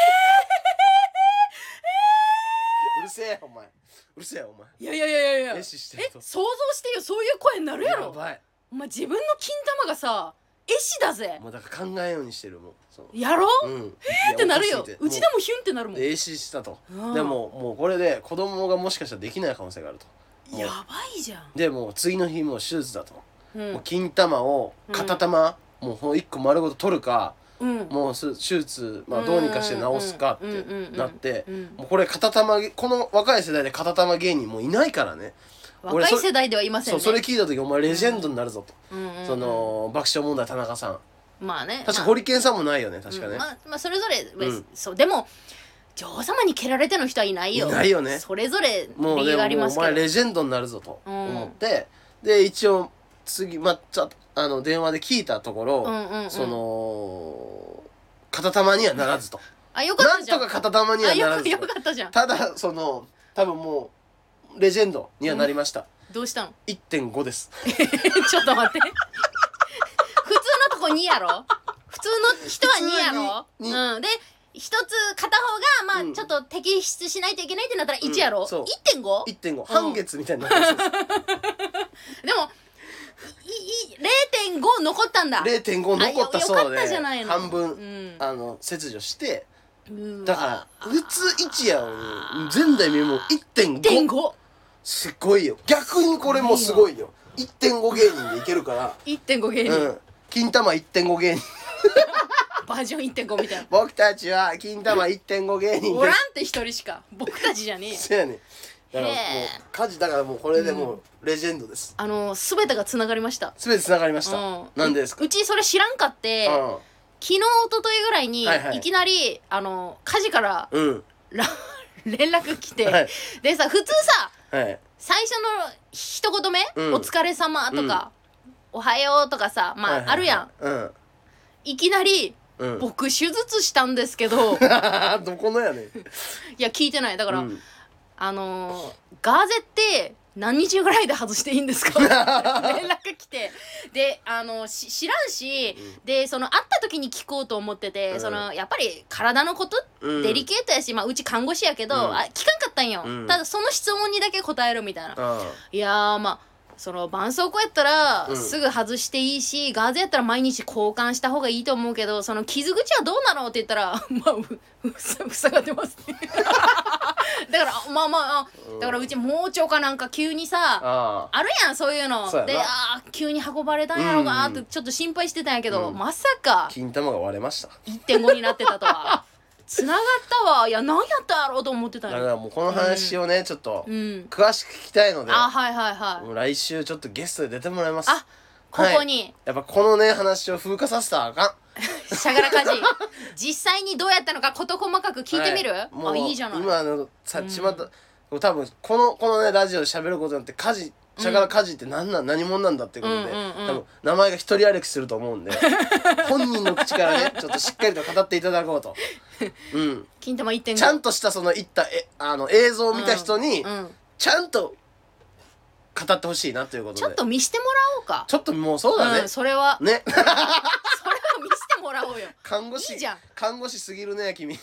うるせえお前、うるせえお前。 いや壊死してると。 想像してよ、そういう声になるやろ。 やばい。 お前自分の金玉がさ壊死だぜ。 もうだから考えようにしてるもん。 やろう、ってなるよ。うちでもヒュンってなるもん。 壊死したと。でももうこれで子供がもしかしたらできない可能性があると。 やばいじゃん。 でもう次の日もう手術だと、もう金玉を片玉、もう1個丸ごと取るか、もう手術、どうにかして治すかってなって、もうこれこの若い世代で片玉芸人もういないからね。 若い世代ではいませんね。 それ聞いた時お前レジェンドになるぞと、その爆笑問題田中さん、 まあね、 確かホリケンさんもないよね、確かね。 まあそれぞれ、そうでも女王様に蹴られての人はいないよ。 いないよね。 それぞれ理由がありますけど。 もうお前レジェンドになるぞと思って、で一応次電話で聞いたところ、その片玉にはならずと。 よかったじゃん。 なんとか片玉にはならず。 よかったじゃん。 ただその多分もうレジェンドにはなりました。 どうしたの？ 1.5 です。 ちょっと待って。普通のとこ2やろ？普通の人は2やろ？で一つ片方がちょっと摘出しないといけないってなったら1やろ？ 1.5？ 半月みたいになってます。でも0.5 残ったんだ。 0.5 残ったそうで半分切除して、だから普通1やのに前代未聞も 1.5。すごいよ。逆にこれもすごいよ。1.5 芸人でいけるから。 1.5 芸人。 金玉 1.5 芸人。 バージョン 1.5 みたいな。 僕たちは金玉 1.5 芸人です。 おらんって一人しか。僕たちじゃねえよ。 そうやね。だからもう家事だからもうこれでもうレジェンドです。 全てがつながりました。 全てつながりました。なんでですか？ うちそれ知らんかって、昨日一昨日ぐらいにいきなり家事から連絡来て、でさ普通さ最初の一言目お疲れ様とかおはようとかさあるやん。いきなり僕手術したんですけど、どこのやねん。いや聞いてない。だからガーゼって何日ぐらいで外していいんですか連絡来て、で知らんし、で会った時に聞こうと思ってて、やっぱり体のこと、デリケートやし、うち看護師やけど、聞かんかったんよ。ただその質問にだけ答えるみたいな。いやその絆創膏やったらすぐ外していいし、ガーゼやったら毎日交換した方がいいと思うけど、その傷口はどうなのって言ったらまあ塞がってますねだからだからうち盲腸かなんか急にさあるやんそういうので、急に運ばれたんやろうかってちょっと心配してたんやけど、まさか金玉が割れました。 1.5 になってたとはつながったわ。いや何やったんやろうと思ってたんや。 だからもうこの話をね、ちょっと詳しく聞きたいので、 もう来週ちょっとゲストで出てもらいます。 ここに、 やっぱこのね話を風化させたらあかんしゃがらかじ実際にどうやったのか事細かく聞いてみる、 もういいじゃない。 今のさちまった多分このねラジオで喋ることによって家事しゃがらかじって何者なんだっていうことで、多分名前が一人歩きすると思うんで本人の口からねちょっとしっかりと語っていただこうと金玉 1.5 ちゃんとしたその映像を見た人にちゃんと語ってほしいなということで、 ちょっと見してもらおうか。 ちょっともうそうだね、 それはねそれは見してもらおうよ看護師いいじゃん。 看護師すぎるね君。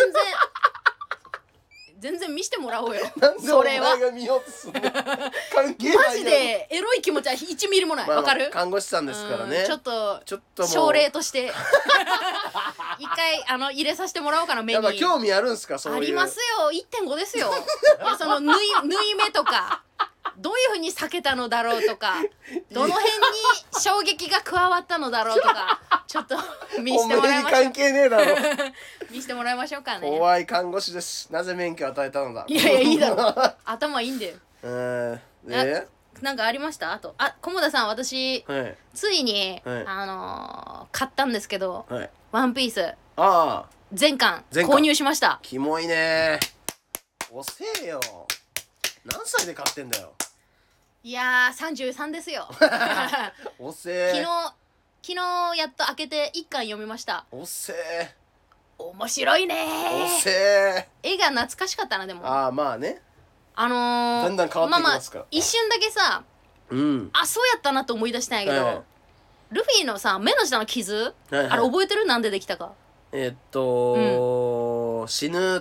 全然見してもらおうよなんでお前それはが見ようとすんの関係ないよマジでエロい気持ちは1ミリもない。わかる。 看護師さんですからね、 ちょっともう症例として一回入れさせてもらおうかな目に。 やっぱ興味あるんすかそういう。 ありますよ。 1.5 ですよいやその縫い目とかどういうふうに避けたのだろうとかどの辺に衝撃が加わったのだろうとかちょっと見してもらいましょう。 関係ねえだろ見してもらいましょうかね。 怖い看護師です。なぜ免許を与えたのだ。 いやいいだろ頭いいんだよ。 でなんかありました？あと菰田さん私、ついに、買ったんですけど、ワンピース全巻購入しました。 キモいね。遅えよ。何歳で買ってんだよ。 いやー33ですよ遅え。 昨日やっと開けて1巻読みました。 遅え。 面白いねー。 遅え。 絵が懐かしかったな。でもまあね、 だんだん変わってきますから、 一瞬だけさそうやったなと思い出したんやけど、ルフィのさ目の下の傷、あれ覚えてる？なんでできたか。 死ぬ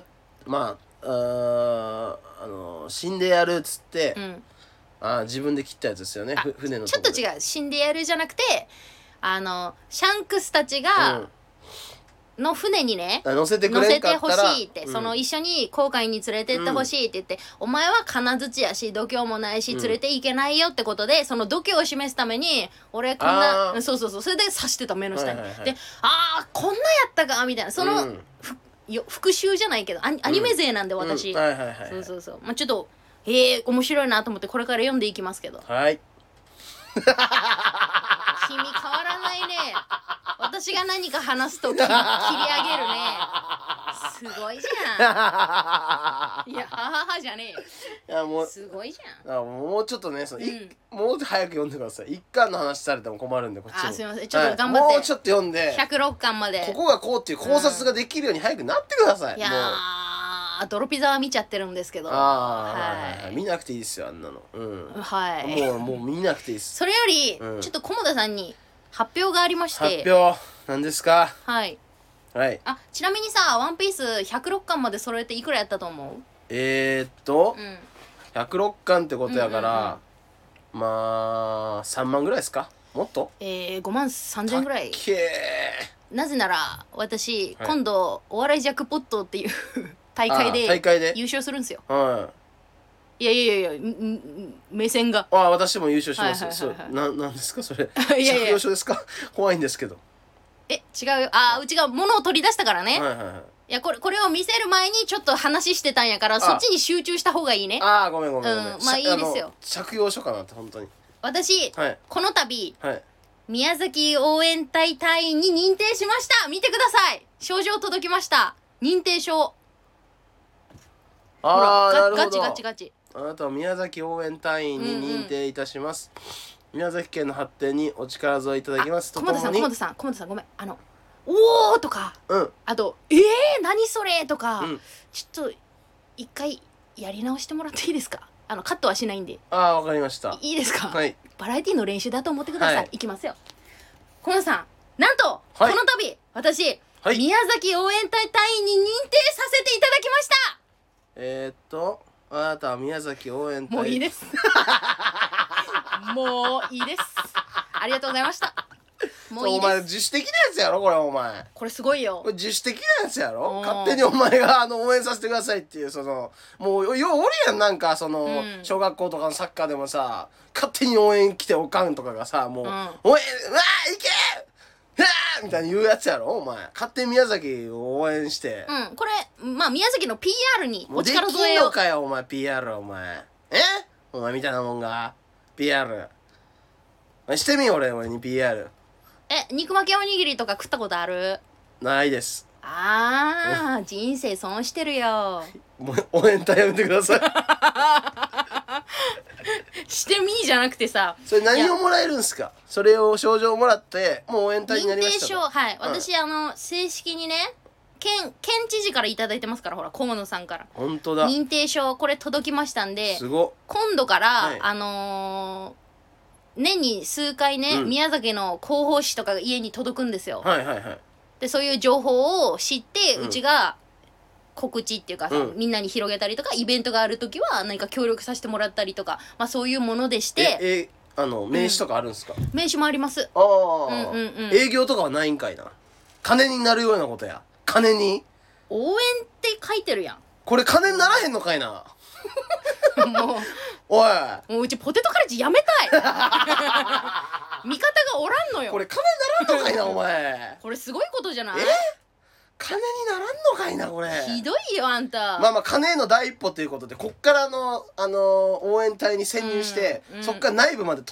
死んでやるっつって、自分で切ったやつですよね。船のとこでちょっと違う。死んでやるじゃなくてシャンクスたちが、の船にね乗せてほしいって、その一緒に航海に連れてってほしいって言って、お前は金槌やし度胸もないし連れていけないよってことで、その度胸を示すために俺こんなそうそれで刺してた目の下に、でこんなやったかみたいな、その、復習じゃないけどアニメ勢なんで私、そうちょっと面白いなと思ってこれから読んでいきますけど。 はい君変わらないね。私が何か話すと切り上げるね。すごいじゃん。いやははじゃねえよ。もうすごいじゃん。 もうちょっとねもう早く読んでください。1巻の話されても困るんでこっちも。 すいませんちょっと頑張って、 もうちょっと読んで 106巻までここがこうっていう考察ができるように早くなってください。 いや泥ピザは見ちゃってるんですけど、 見なくていいですよあんなの。もう見なくていいです。 それよりちょっと菰田さんに発表がありまして。 発表なんですか？ ちなみにさワンピース106巻まで揃えていくらやったと思う ？106巻ってことやからまあ3万ぐらいですか？もっと 5万3000円ぐらい。 たっけー。なぜなら私今度お笑いジャックポットっていう大会で優勝するんですよ。いや目線が私も優勝します。なんですかそれ？借用書ですか？怖いんですけど。 違うよ。うちが物を取り出したからね。いやこれを見せる前にちょっと話してたんやからそっちに集中した方がいいね。 ごめん。 まあいいですよ。 借用書かなって本当に。 私この度宮崎応援隊隊員に認定しました。見てください。賞状届きました。認定証。 なるほど。 ガチ。 あなたは宮崎応援隊員に認定いたします。宮崎県の発展にお力添えいただきますとともに。 菰田さんごめん。おーとか、あと何それとか、ちょっと一回やり直してもらっていいですか？カットはしないんで。 わかりました。 いいですか？ はい。 バラエティの練習だと思ってください。いきますよ。菰田さん、なんとこの度私宮崎応援隊隊員に認定させていただきました。 あなたは宮崎応援隊。 もういいですもういいです。ありがとうございました。もういいお前自主的なやつやろこれ。お前これすごいよ。 これ自主的なやつやろ。勝手にお前が応援させてくださいっていう、そのもうようおるやん、なんかその、小学校とかのサッカーでもさ、勝手に応援来ておかんとかがさ、もう、応援うわー行けうわーみたいに言うやつやろお前。勝手に宮崎を応援して、 これまあ宮崎の PR にお力添えよ。できんのかよお前 PR。 お前お前みたいなもんが PR してみ。俺に PR。 肉巻きおにぎりとか食ったことある？ ないです。 人生損してるよ。 もう応援隊やめてください。 してみじゃなくてさ、 それ何をもらえるんすか？それを賞状をもらってもう応援隊になりましたか？ 認定証。はい、私正式にね県知事からいただいてますから。ほら河野さんから。 本当だ。 認定証これ届きましたんで、 すご。 今度から、年に数回ね、宮崎の広報誌とかが家に届くんですよ。でそういう情報を知って、うちが告知っていうかさ、みんなに広げたりとか、イベントがある時は何か協力させてもらったりとか、まあそういうものでして。 名刺とかあるんですか？ 名刺もあります。 営業とかはないんかいな。金になるようなことや。金に応援って書いてるやん。 これ金にならへんのかいな。 もうおい、 もううちポテトカレッジやめたい。味方がおらんのよ。 これ金にならんのかいなお前。 これすごいことじゃない？ 金にならんのかいなこれ。 ひどいよあんた。 まあ金への第一歩ということで、こっからの応援隊に潜入して、そっから内部まで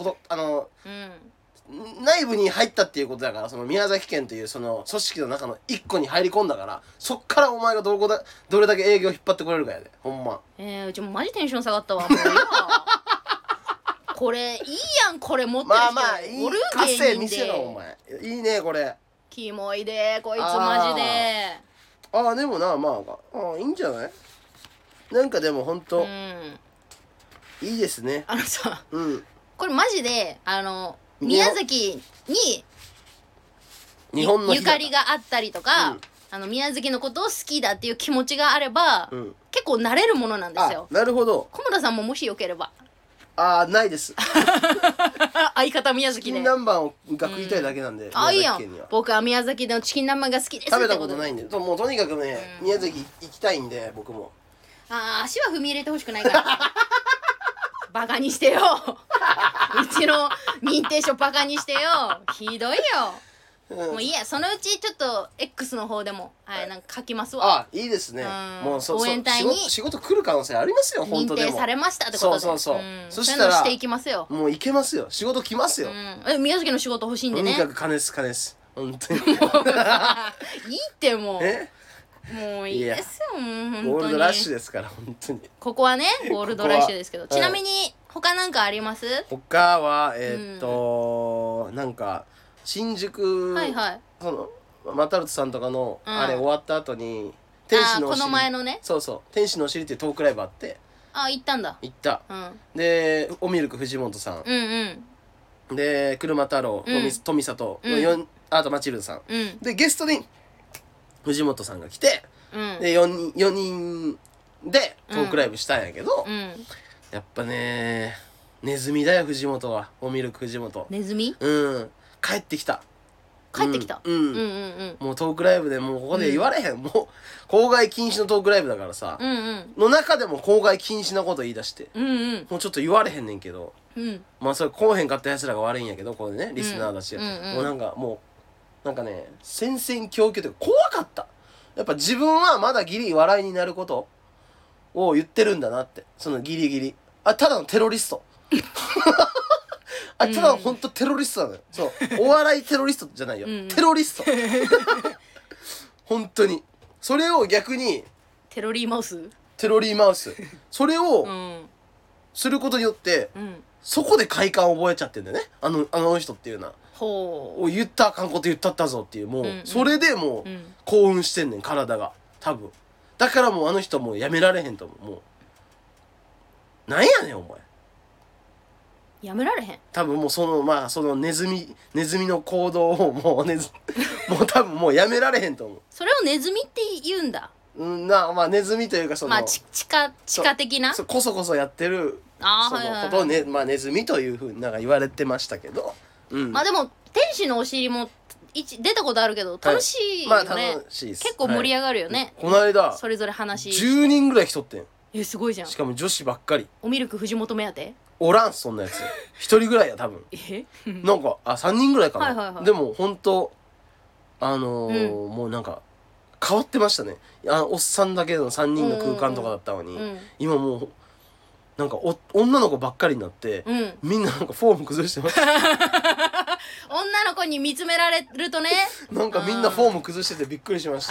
内部に入ったっていうことだから、その宮崎県というその組織の中の一個に入り込んだから、そっからお前がどれだけ営業引っ張ってくれるかやで、ほんま。 うちもマジテンション下がったわ。もういいわ。これいいやん。これ持ってる人おる芸人で。 稼い見せろお前。いいねこれ。 キモいでこいつマジで。 でもな、いいんじゃない。なんかでもほんと、いいですね。 さ、これマジで宮崎に日本のゆかりがあったりとか、宮崎のことを好きだっていう気持ちがあれば、結構慣れるものなんですよ。 なるほど。 小村さんももしよければ。 ないです。 相方宮崎でチキン南蛮が食いたいだけなんで。 いいやん。僕は宮崎のチキン南蛮が好きです。 食べたことないんで、もうとにかくね、宮崎行きたいんで僕も。 足は踏み入れてほしくないから。バカにしてよ。うちの認定証バカにしてよ。ひどいよ。もういいや、そのうちちょっと X の方でもなんか書きますわ。 いいですね。もう応援隊に仕事来る可能性ありますよ。本当でも認定されましたってことで。 そうそしたらしていきますよ。 もういけますよ。仕事来ますよ。 宮崎の仕事欲しいんでね。 とにかく金です。本当に。いいってもういいですよ。本当にゴールドラッシュですから本当に。 ここはねゴールドラッシュですけど、ちなみに他なんかあります？ 他はなんか新宿、そのマタルトさんとかのあれ終わった後に天使のお尻、 この前のね、 天使のお尻っていうトークライブあって、 行ったんだ。 行った。でおミルク藤本さん、で車太郎、富里、あとマチルダさん、でゲストに藤本さんが来て、で4人でトークライブしたんやけど、やっぱねネズミだよ藤本は。おミルク藤本ネズミ。 帰ってきた。 もうトークライブでもうここで言われへん、もう公害禁止のトークライブだからさ、の中でも公害禁止なこと言い出して、もうちょっと言われへんねんけど、まあそれこうへんかったやつらが悪いんやけど、これねリスナーだし、もうなんかね戦々恐々というか怖かった。やっぱ自分はまだギリ笑いになることを言ってるんだなって。そのギリギリただのテロリスト。ただほんとテロリストなのよ。そうお笑いテロリストじゃないよ、テロリスト。本当にそれを逆にテロリーマウスそれをすることによって、そこで快感を覚えちゃってんだよね、あの人っていうのは。言ったらあかんこと言ったったぞっていう、もうそれでもう興奮してんねん体が多分。だからもうあの人もうやめられへんと思う。もうなんやねんお前、 やめられへん。 多分もうそのネズミの行動をもう多分もうやめられへんと思う。 それをネズミって言うんだ。 ネズミというかその地下的なこそこそやってるそのことをね、まあネズミというふうになんか言われてましたけど、 まあでも天使のお尻も出たことあるけど楽しいよね、 まあ楽しいです。 結構盛り上がるよね、 この間それぞれ話 10人ぐらい来とってん。 すごいじゃん。 しかも女子ばっかり。 おミルク藤本目当ておらんそんなやつ一人ぐらいや多分。なんか3人ぐらいかな、でもほんともうなんか変わってましたね。おっさんだけの3人の空間とかだったのに、今もうなんか女の子ばっかりになって、みんななんかフォーム崩してます女の子に見つめられるとねなんかみんなフォーム崩しててびっくりしました。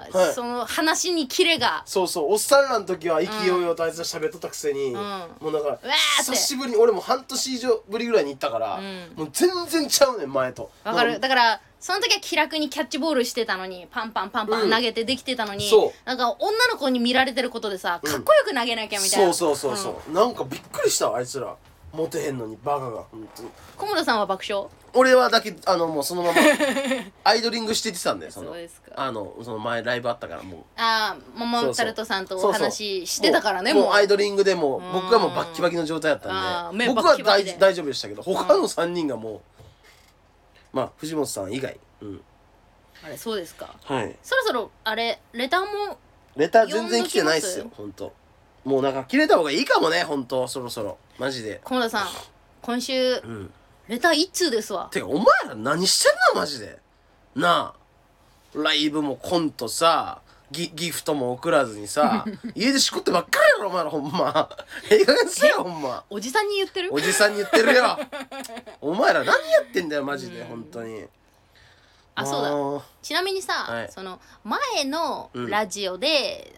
その話にキレがそうおっさんらの時は意気揚々とあいつと喋っとったくせに、もうなんか久しぶりに俺も半年以上ぶりぐらいに行ったから、もう全然ちゃうねん前と。 わかる。だからその時は気楽にキャッチボールしてたのにパンパン投げてできてたのに、なんか女の子に見られてることでさ、かっこよく投げなきゃみたいな。 そうなんかびっくりしたあいつらモテへんのにバカが。 菰田さんは爆笑？ 俺はだけもうそのままアイドリングしててたんで、 そうですか。 その前ライブあったからもう桃タルトさんとお話ししてたからね。 もうアイドリングでも僕はもうバッキバキの状態だったんで僕は大丈夫でしたけど、他の3人がもうまあ藤本さん以外。 あれそうですか。 はい。 そろそろあれレター全然来てないっすよほんと。もうなんか切れた方がいいかもねほんと、そろそろマジで。 菰田さん今週レター1通ですわ。 てかお前ら何してんのマジでなあ。ライブもコントさギフトも送らずにさ家でしこってばっかりやろお前らほんま。ええ加減せよほんま。 おじさんに言ってる？ おじさんに言ってるよお前ら何やってんだよマジでほんとに。 そうだ。ちなみにさ、その前のラジオで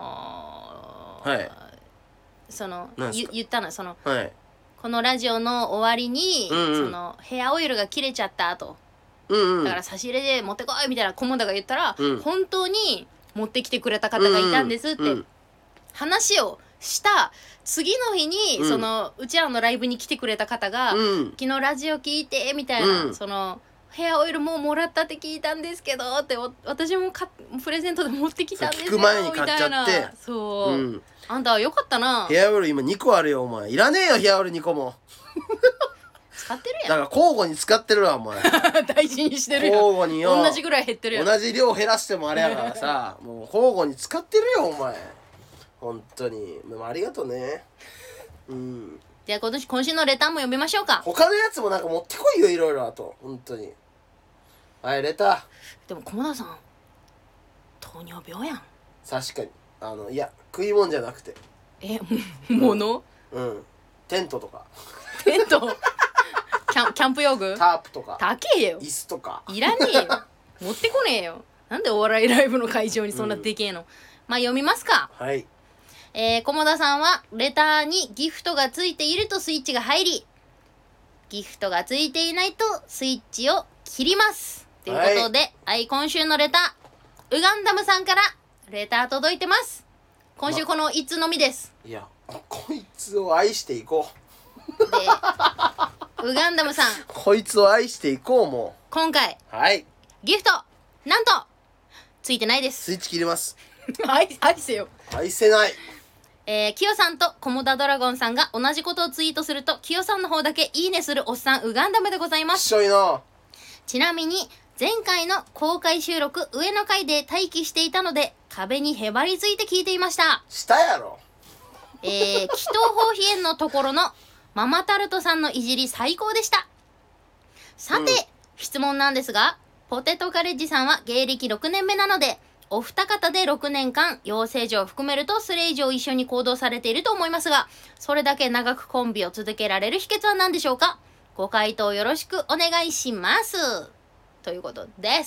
その言ったのその、このラジオの終わりに、そのヘアオイルが切れちゃったと、だから差し入れで持ってこいみたいな菰田が言ったら、本当に持ってきてくれた方がいたんですって話をした次の日に、そのうちらのライブに来てくれた方が、昨日ラジオ聞いてみたいな、そのヘアオイルもうもらったって聞いたんですけどって私もプレゼントで持ってきたんですよみたいな。聞く前に買っちゃって。そう、あんたはよかったな。 ヘアオイル今2個あるよお前。いらねえよヘアオイル2個も使ってるやん。 だから交互に使ってるわお前大事にしてるよ。 交互によ。 同じぐらい減ってるよ。 同じ量減らしてもあれやからさもう交互に使ってるよお前本当に。でもありがとね。 じゃあ今週のレターも読みましょうか。 他のやつもなんか持ってこいよいろいろ。あと本当にはいレター。 でも菰田さん糖尿病やん。 確かにいや食い物じゃなくて物？ テントとかテントキャンプ用具タープとか高えよ。 椅子とかいらねえよ持ってこねえよ。なんでお笑いライブの会場にそんなでけえの。まあ読みますか。 はい。 菰田さんはレターにギフトがついているとスイッチが入り、ギフトがついていないとスイッチを切りますということで、今週のレターウガンダムさんからレター届いてます。今週この1通のみです。 いやこいつを愛していこうでウガンダムさんこいつを愛していこう。もう今回ギフトなんとついてないです。 スイッチ切ります愛せよ。 愛せない。 キヨさんとコモダドラゴンさんが同じことをツイートするとキヨさんの方だけいいねするおっさんウガンダムでございます。 しょいな。 ちなみに前回の公開収録上の階で待機していたので壁にへばりついて聞いていました。 したやろ。 気東方皮炎のところのママタルトさんのいじり最高でした。さて、質問なんですが、ポテトカレッジさんは芸歴6年目なのでお二方で6年間養成所を含めるとそれ以上一緒に行動されていると思いますが、それだけ長くコンビを続けられる秘訣は何でしょうか。ご回答よろしくお願いしますということです。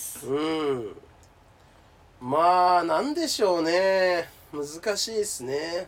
まあなんでしょうね、難しいですね。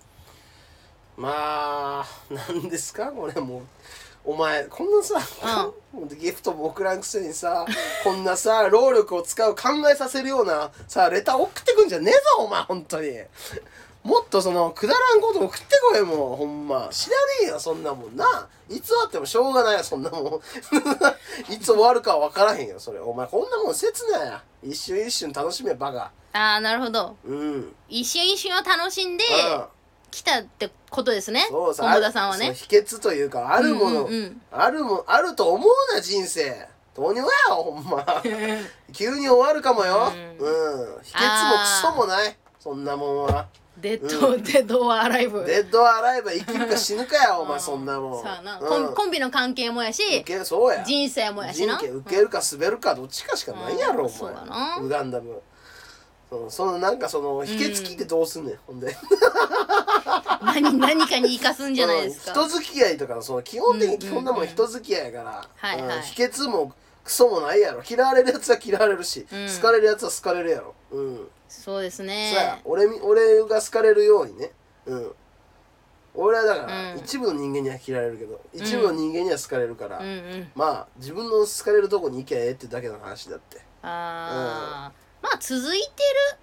まあなんですかこれ。もうお前こんなさ、ギフトも送らんくせにさこんなさ労力を使う考えさせるようなさレター送ってくんじゃねえぞお前。本当にもっとそのくだらんこと送ってこい。もうほんま知らねえよそんなもんな。いつあってもしょうがないよそんなもんいつ終わるかは分からへんよそれ。お前こんなもん切なや。一瞬一瞬楽しめバカ。 なるほど。一瞬一瞬を楽しんできたってことですね。 そうそう、 菰田さんはね。 秘訣というか、あるもの、あると思うな、人生。どうにもや、ほんま。急に終わるかもよ。秘訣もクソもない。そんなもんは。 デッドアライブ。 デッドアライブ、生きるか死ぬかや、お前、そんなもん。 さあな、コンビの関係もやし、 そうや。 人生もやしな。 受けるか滑るか、どっちかしかないやろ、お前。 そうだな。 ウガンダム。なんか秘訣聞いてどうすんねん、ほんで。 何かに生かすんじゃないですか。 人付き合いとかの基本的に基本なもん人付き合いやから、秘訣もクソもないやろ。嫌われるやつは嫌われるし、好かれるやつは好かれるやろ。 そうですね。 そうや、俺が好かれるようにね。俺はだから一部の人間には嫌われるけど、一部の人間には好かれるから、まあ自分の好かれるとこに行きゃええってだけの話だって。 まあ続いて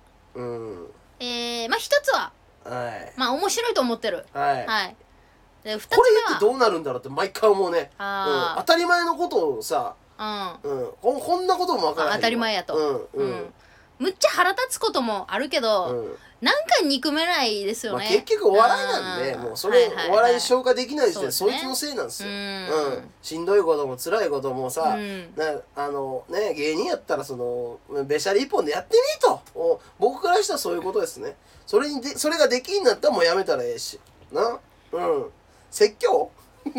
るまあ一つはまあ面白いと思ってる。で2つ目はこれ言ってどうなるんだろうって毎回思うね。当たり前のことをさ、こんなことも分からない。 当たり前やと。むっちゃ腹立つこともあるけど、なんか憎めないですよね。 結局お笑いなんで、もうそれお笑いに消化できない時点でそいつのせいなんですよ。しんどいことも辛いこともさ、芸人やったらべしゃり一本でやってみと、僕からしたらそういうことですね。それができんなったらもうやめたらええしな。説教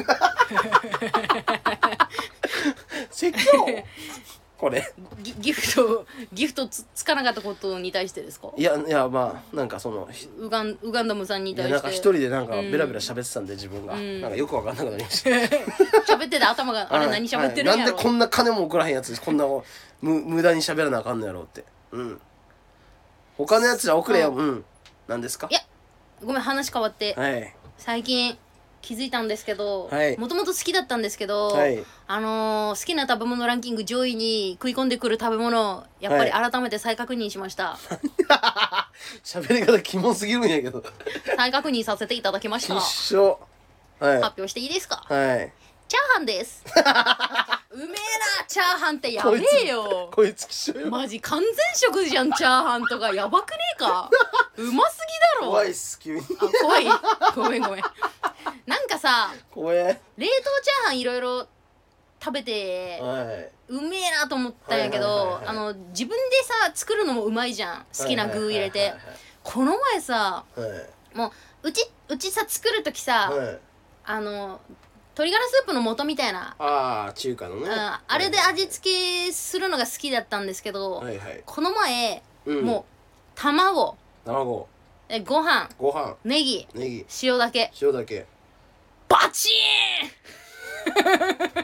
説教これギフトつかなかったことに対してですか？ いやまあなんかウガンダムさんに対してなんか一人でなんかベラベラ喋ってたんで自分がなんかよく分かんなくなりました。 喋ってた頭があれ何喋ってるんやろ。 なんでこんな金も送らへんやつこんな無駄に喋らなあかんのやろうって。他のやつら送れよ。何ですか？ いやごめん話変わって、最近気づいたんですけど、もともと好きだったんですけど、好きな食べ物ランキング上位に食い込んでくる食べ物やっぱり改めて再確認しました。 喋り方キモすぎるんやけど再確認させていただきました。発表していいですか？チャーハンです。うめえなチャーハンってやべえよ。 こいつきしょよマジ完全食じゃんチャーハンとかやばくねえか。うますぎだろ。 怖いっす急に。 怖いごめんなんかさ怖え冷凍チャーハンいろいろ食べて、うめえなと思ったんやけど自分でさ作るのもうまいじゃん。好きな具入れて。この前さもううちさ作る時さ鶏ガラスープの素みたいな中華のねあれで味付けするのが好きだったんですけど、この前もう卵ご飯ネギ塩だけバチーン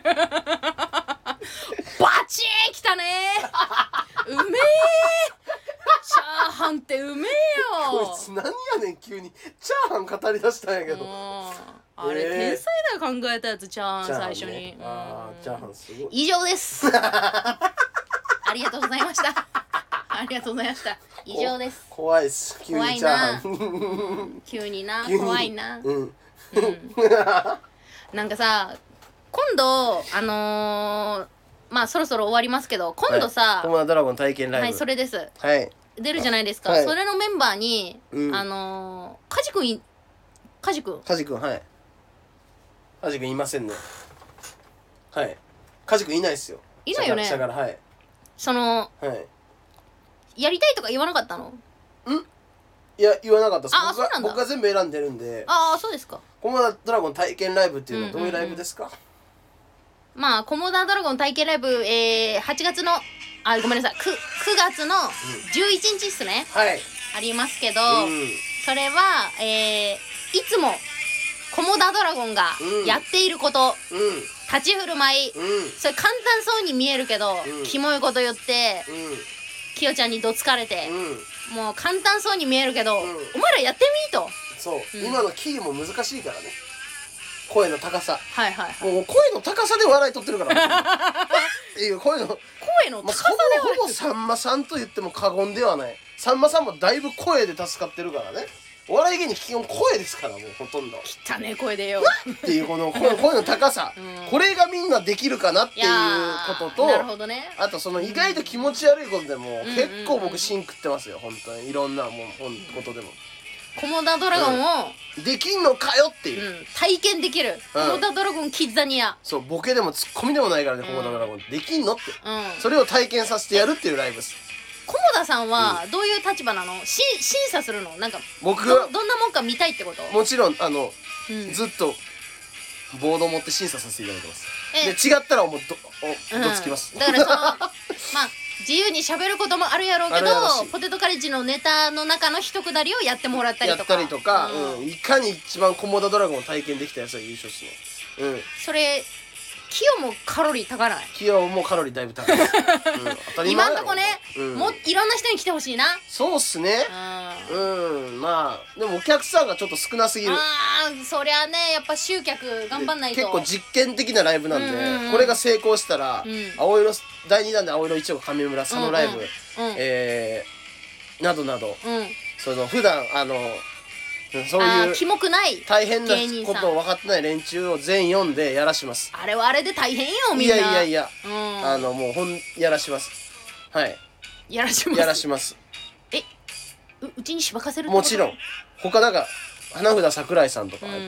バチーンきたねうめえチャーハンってうめえよ。 こいつ何やねん急にチャーハン語りだしたんやけど。 あれ天才だよ考えたやつチャーハン最初に。 チャーハンすごい。 以上ですありがとうございましたありがとうございました。以上です。 怖いっす急にチャーハン急にな怖いな。なんかさ今度まあそろそろ終わりますけど今度さコモダドラゴン体験ライブそれです出るじゃないですか。それのメンバーにカジ君いませんね。カジ君いないっすよ。 いないよね。やりたいとか言わなかったの？ いや言わなかったっす。 僕が全部選んでるんで。 そうですか。 コモダドラゴン体験ライブっていうのはどういうライブですか？ まあコモダドラゴン体験ライブ8月のごめんなさい9月の11日っすね。ありますけどそれはいつもコモダドラゴンがやっていること立ち振る舞いそれ簡単そうに見えるけどキモいこと言ってキヨちゃんにどつかれてもう簡単そうに見えるけどお前らやってみと。 そう今のキーも難しいからね。声の高さもう声の高さで笑い取ってるからっていう声の高さでほぼさんまさんと言っても過言ではない。さんまさんもだいぶ声で助かってるからね。お笑い芸人基本声ですからもうほとんど汚ね声でよっていうこの声の高さこれがみんなできるかなっていうこととあと意外と気持ち悪いことでも結構僕芯食ってますよ本当にいろんなことでも。 コモダドラゴンを、 できんのかよっていう、 体験できる、コモダドラゴンキッザニア。 そう、ボケでもツッコミでもないからね、コモダドラゴンできんのって、それを体験させてやるっていうライブです。 コモダさんはどういう立場なの？審査するの？なんか僕どんなもんか見たいってこと？ もちろんずっとボード持って審査させていただいてます。で違ったらもうどつきます。 だからまあ自由に喋ることもあるやろうけど、ポテトカレッジのネタの中の一くだりをやってもらったりとか、 いかに一番コモダドラゴンを体験できたやつが優勝するの。 それキヨもカロリー高ない？ キヨもカロリーだいぶ高いです。 今んとこね、もういろんな人に来てほしいな。 そうっすね。まあでもお客さんがちょっと少なすぎる。 そりゃね、やっぱ集客頑張んないと。 結構実験的なライブなんで、これが成功したら青色第2弾で青色一応上村佐野ライブなどなど、その普段そういうキモくない大変なことを分かってない連中を全員読んでやらします。 あれはあれで大変よみんな。 いやもうやらします。はい、 やらします。うちにしばかせるってこと？ もちろん他なんか花札桜井さんとかやっ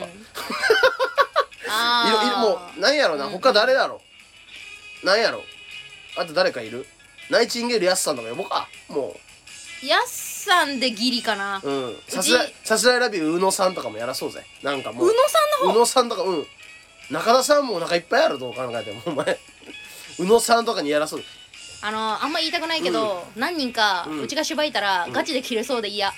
ぱもう何やろな、他誰だろう、何やろ、あと誰かいる？ナイチンゲールやすさんとか呼ぼうか。もうやすさんでギリかな。 さすらいラビュー宇野さんとかもやらそうぜ。なんかもう宇野さんの方、 宇野さんとか中田さんもお腹いっぱいある、どう考えてもお前宇野さんとかにやらそう。 あんま言いたくないけど、何人かうちがしばいたらガチで切れそうで嫌。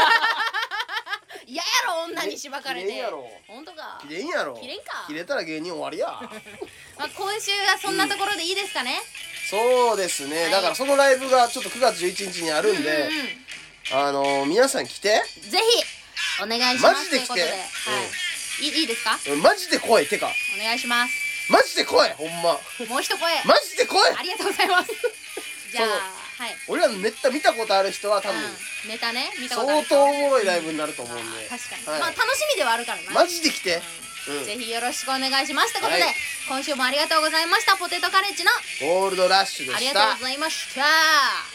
嫌やろ、女にしばかれて。 切れんやろ。 本当か。 切れんやろ。 切れんか。 切れたら芸人終わりや。 今週はそんなところでいいですかね。 そうですね。だからそのライブがちょっと9月11日にあるんで、皆さん来て。 ぜひお願いします。 マジで来て。 いいですか？ マジで来い。てかお願いします。 マジで来い、ほんま。 もう一声。 マジで来い。 ありがとうございます。じゃあ俺らのネタ見たことある人は多分ネタね、見たことある相当おもろいライブになると思うんで。 確かに。まあ楽しみではあるからな。 マジで来て。 ぜひよろしくお願いします。ということで今週もありがとうございました。ポテトカレッジのゴールドラッシュでした。 ありがとうございました。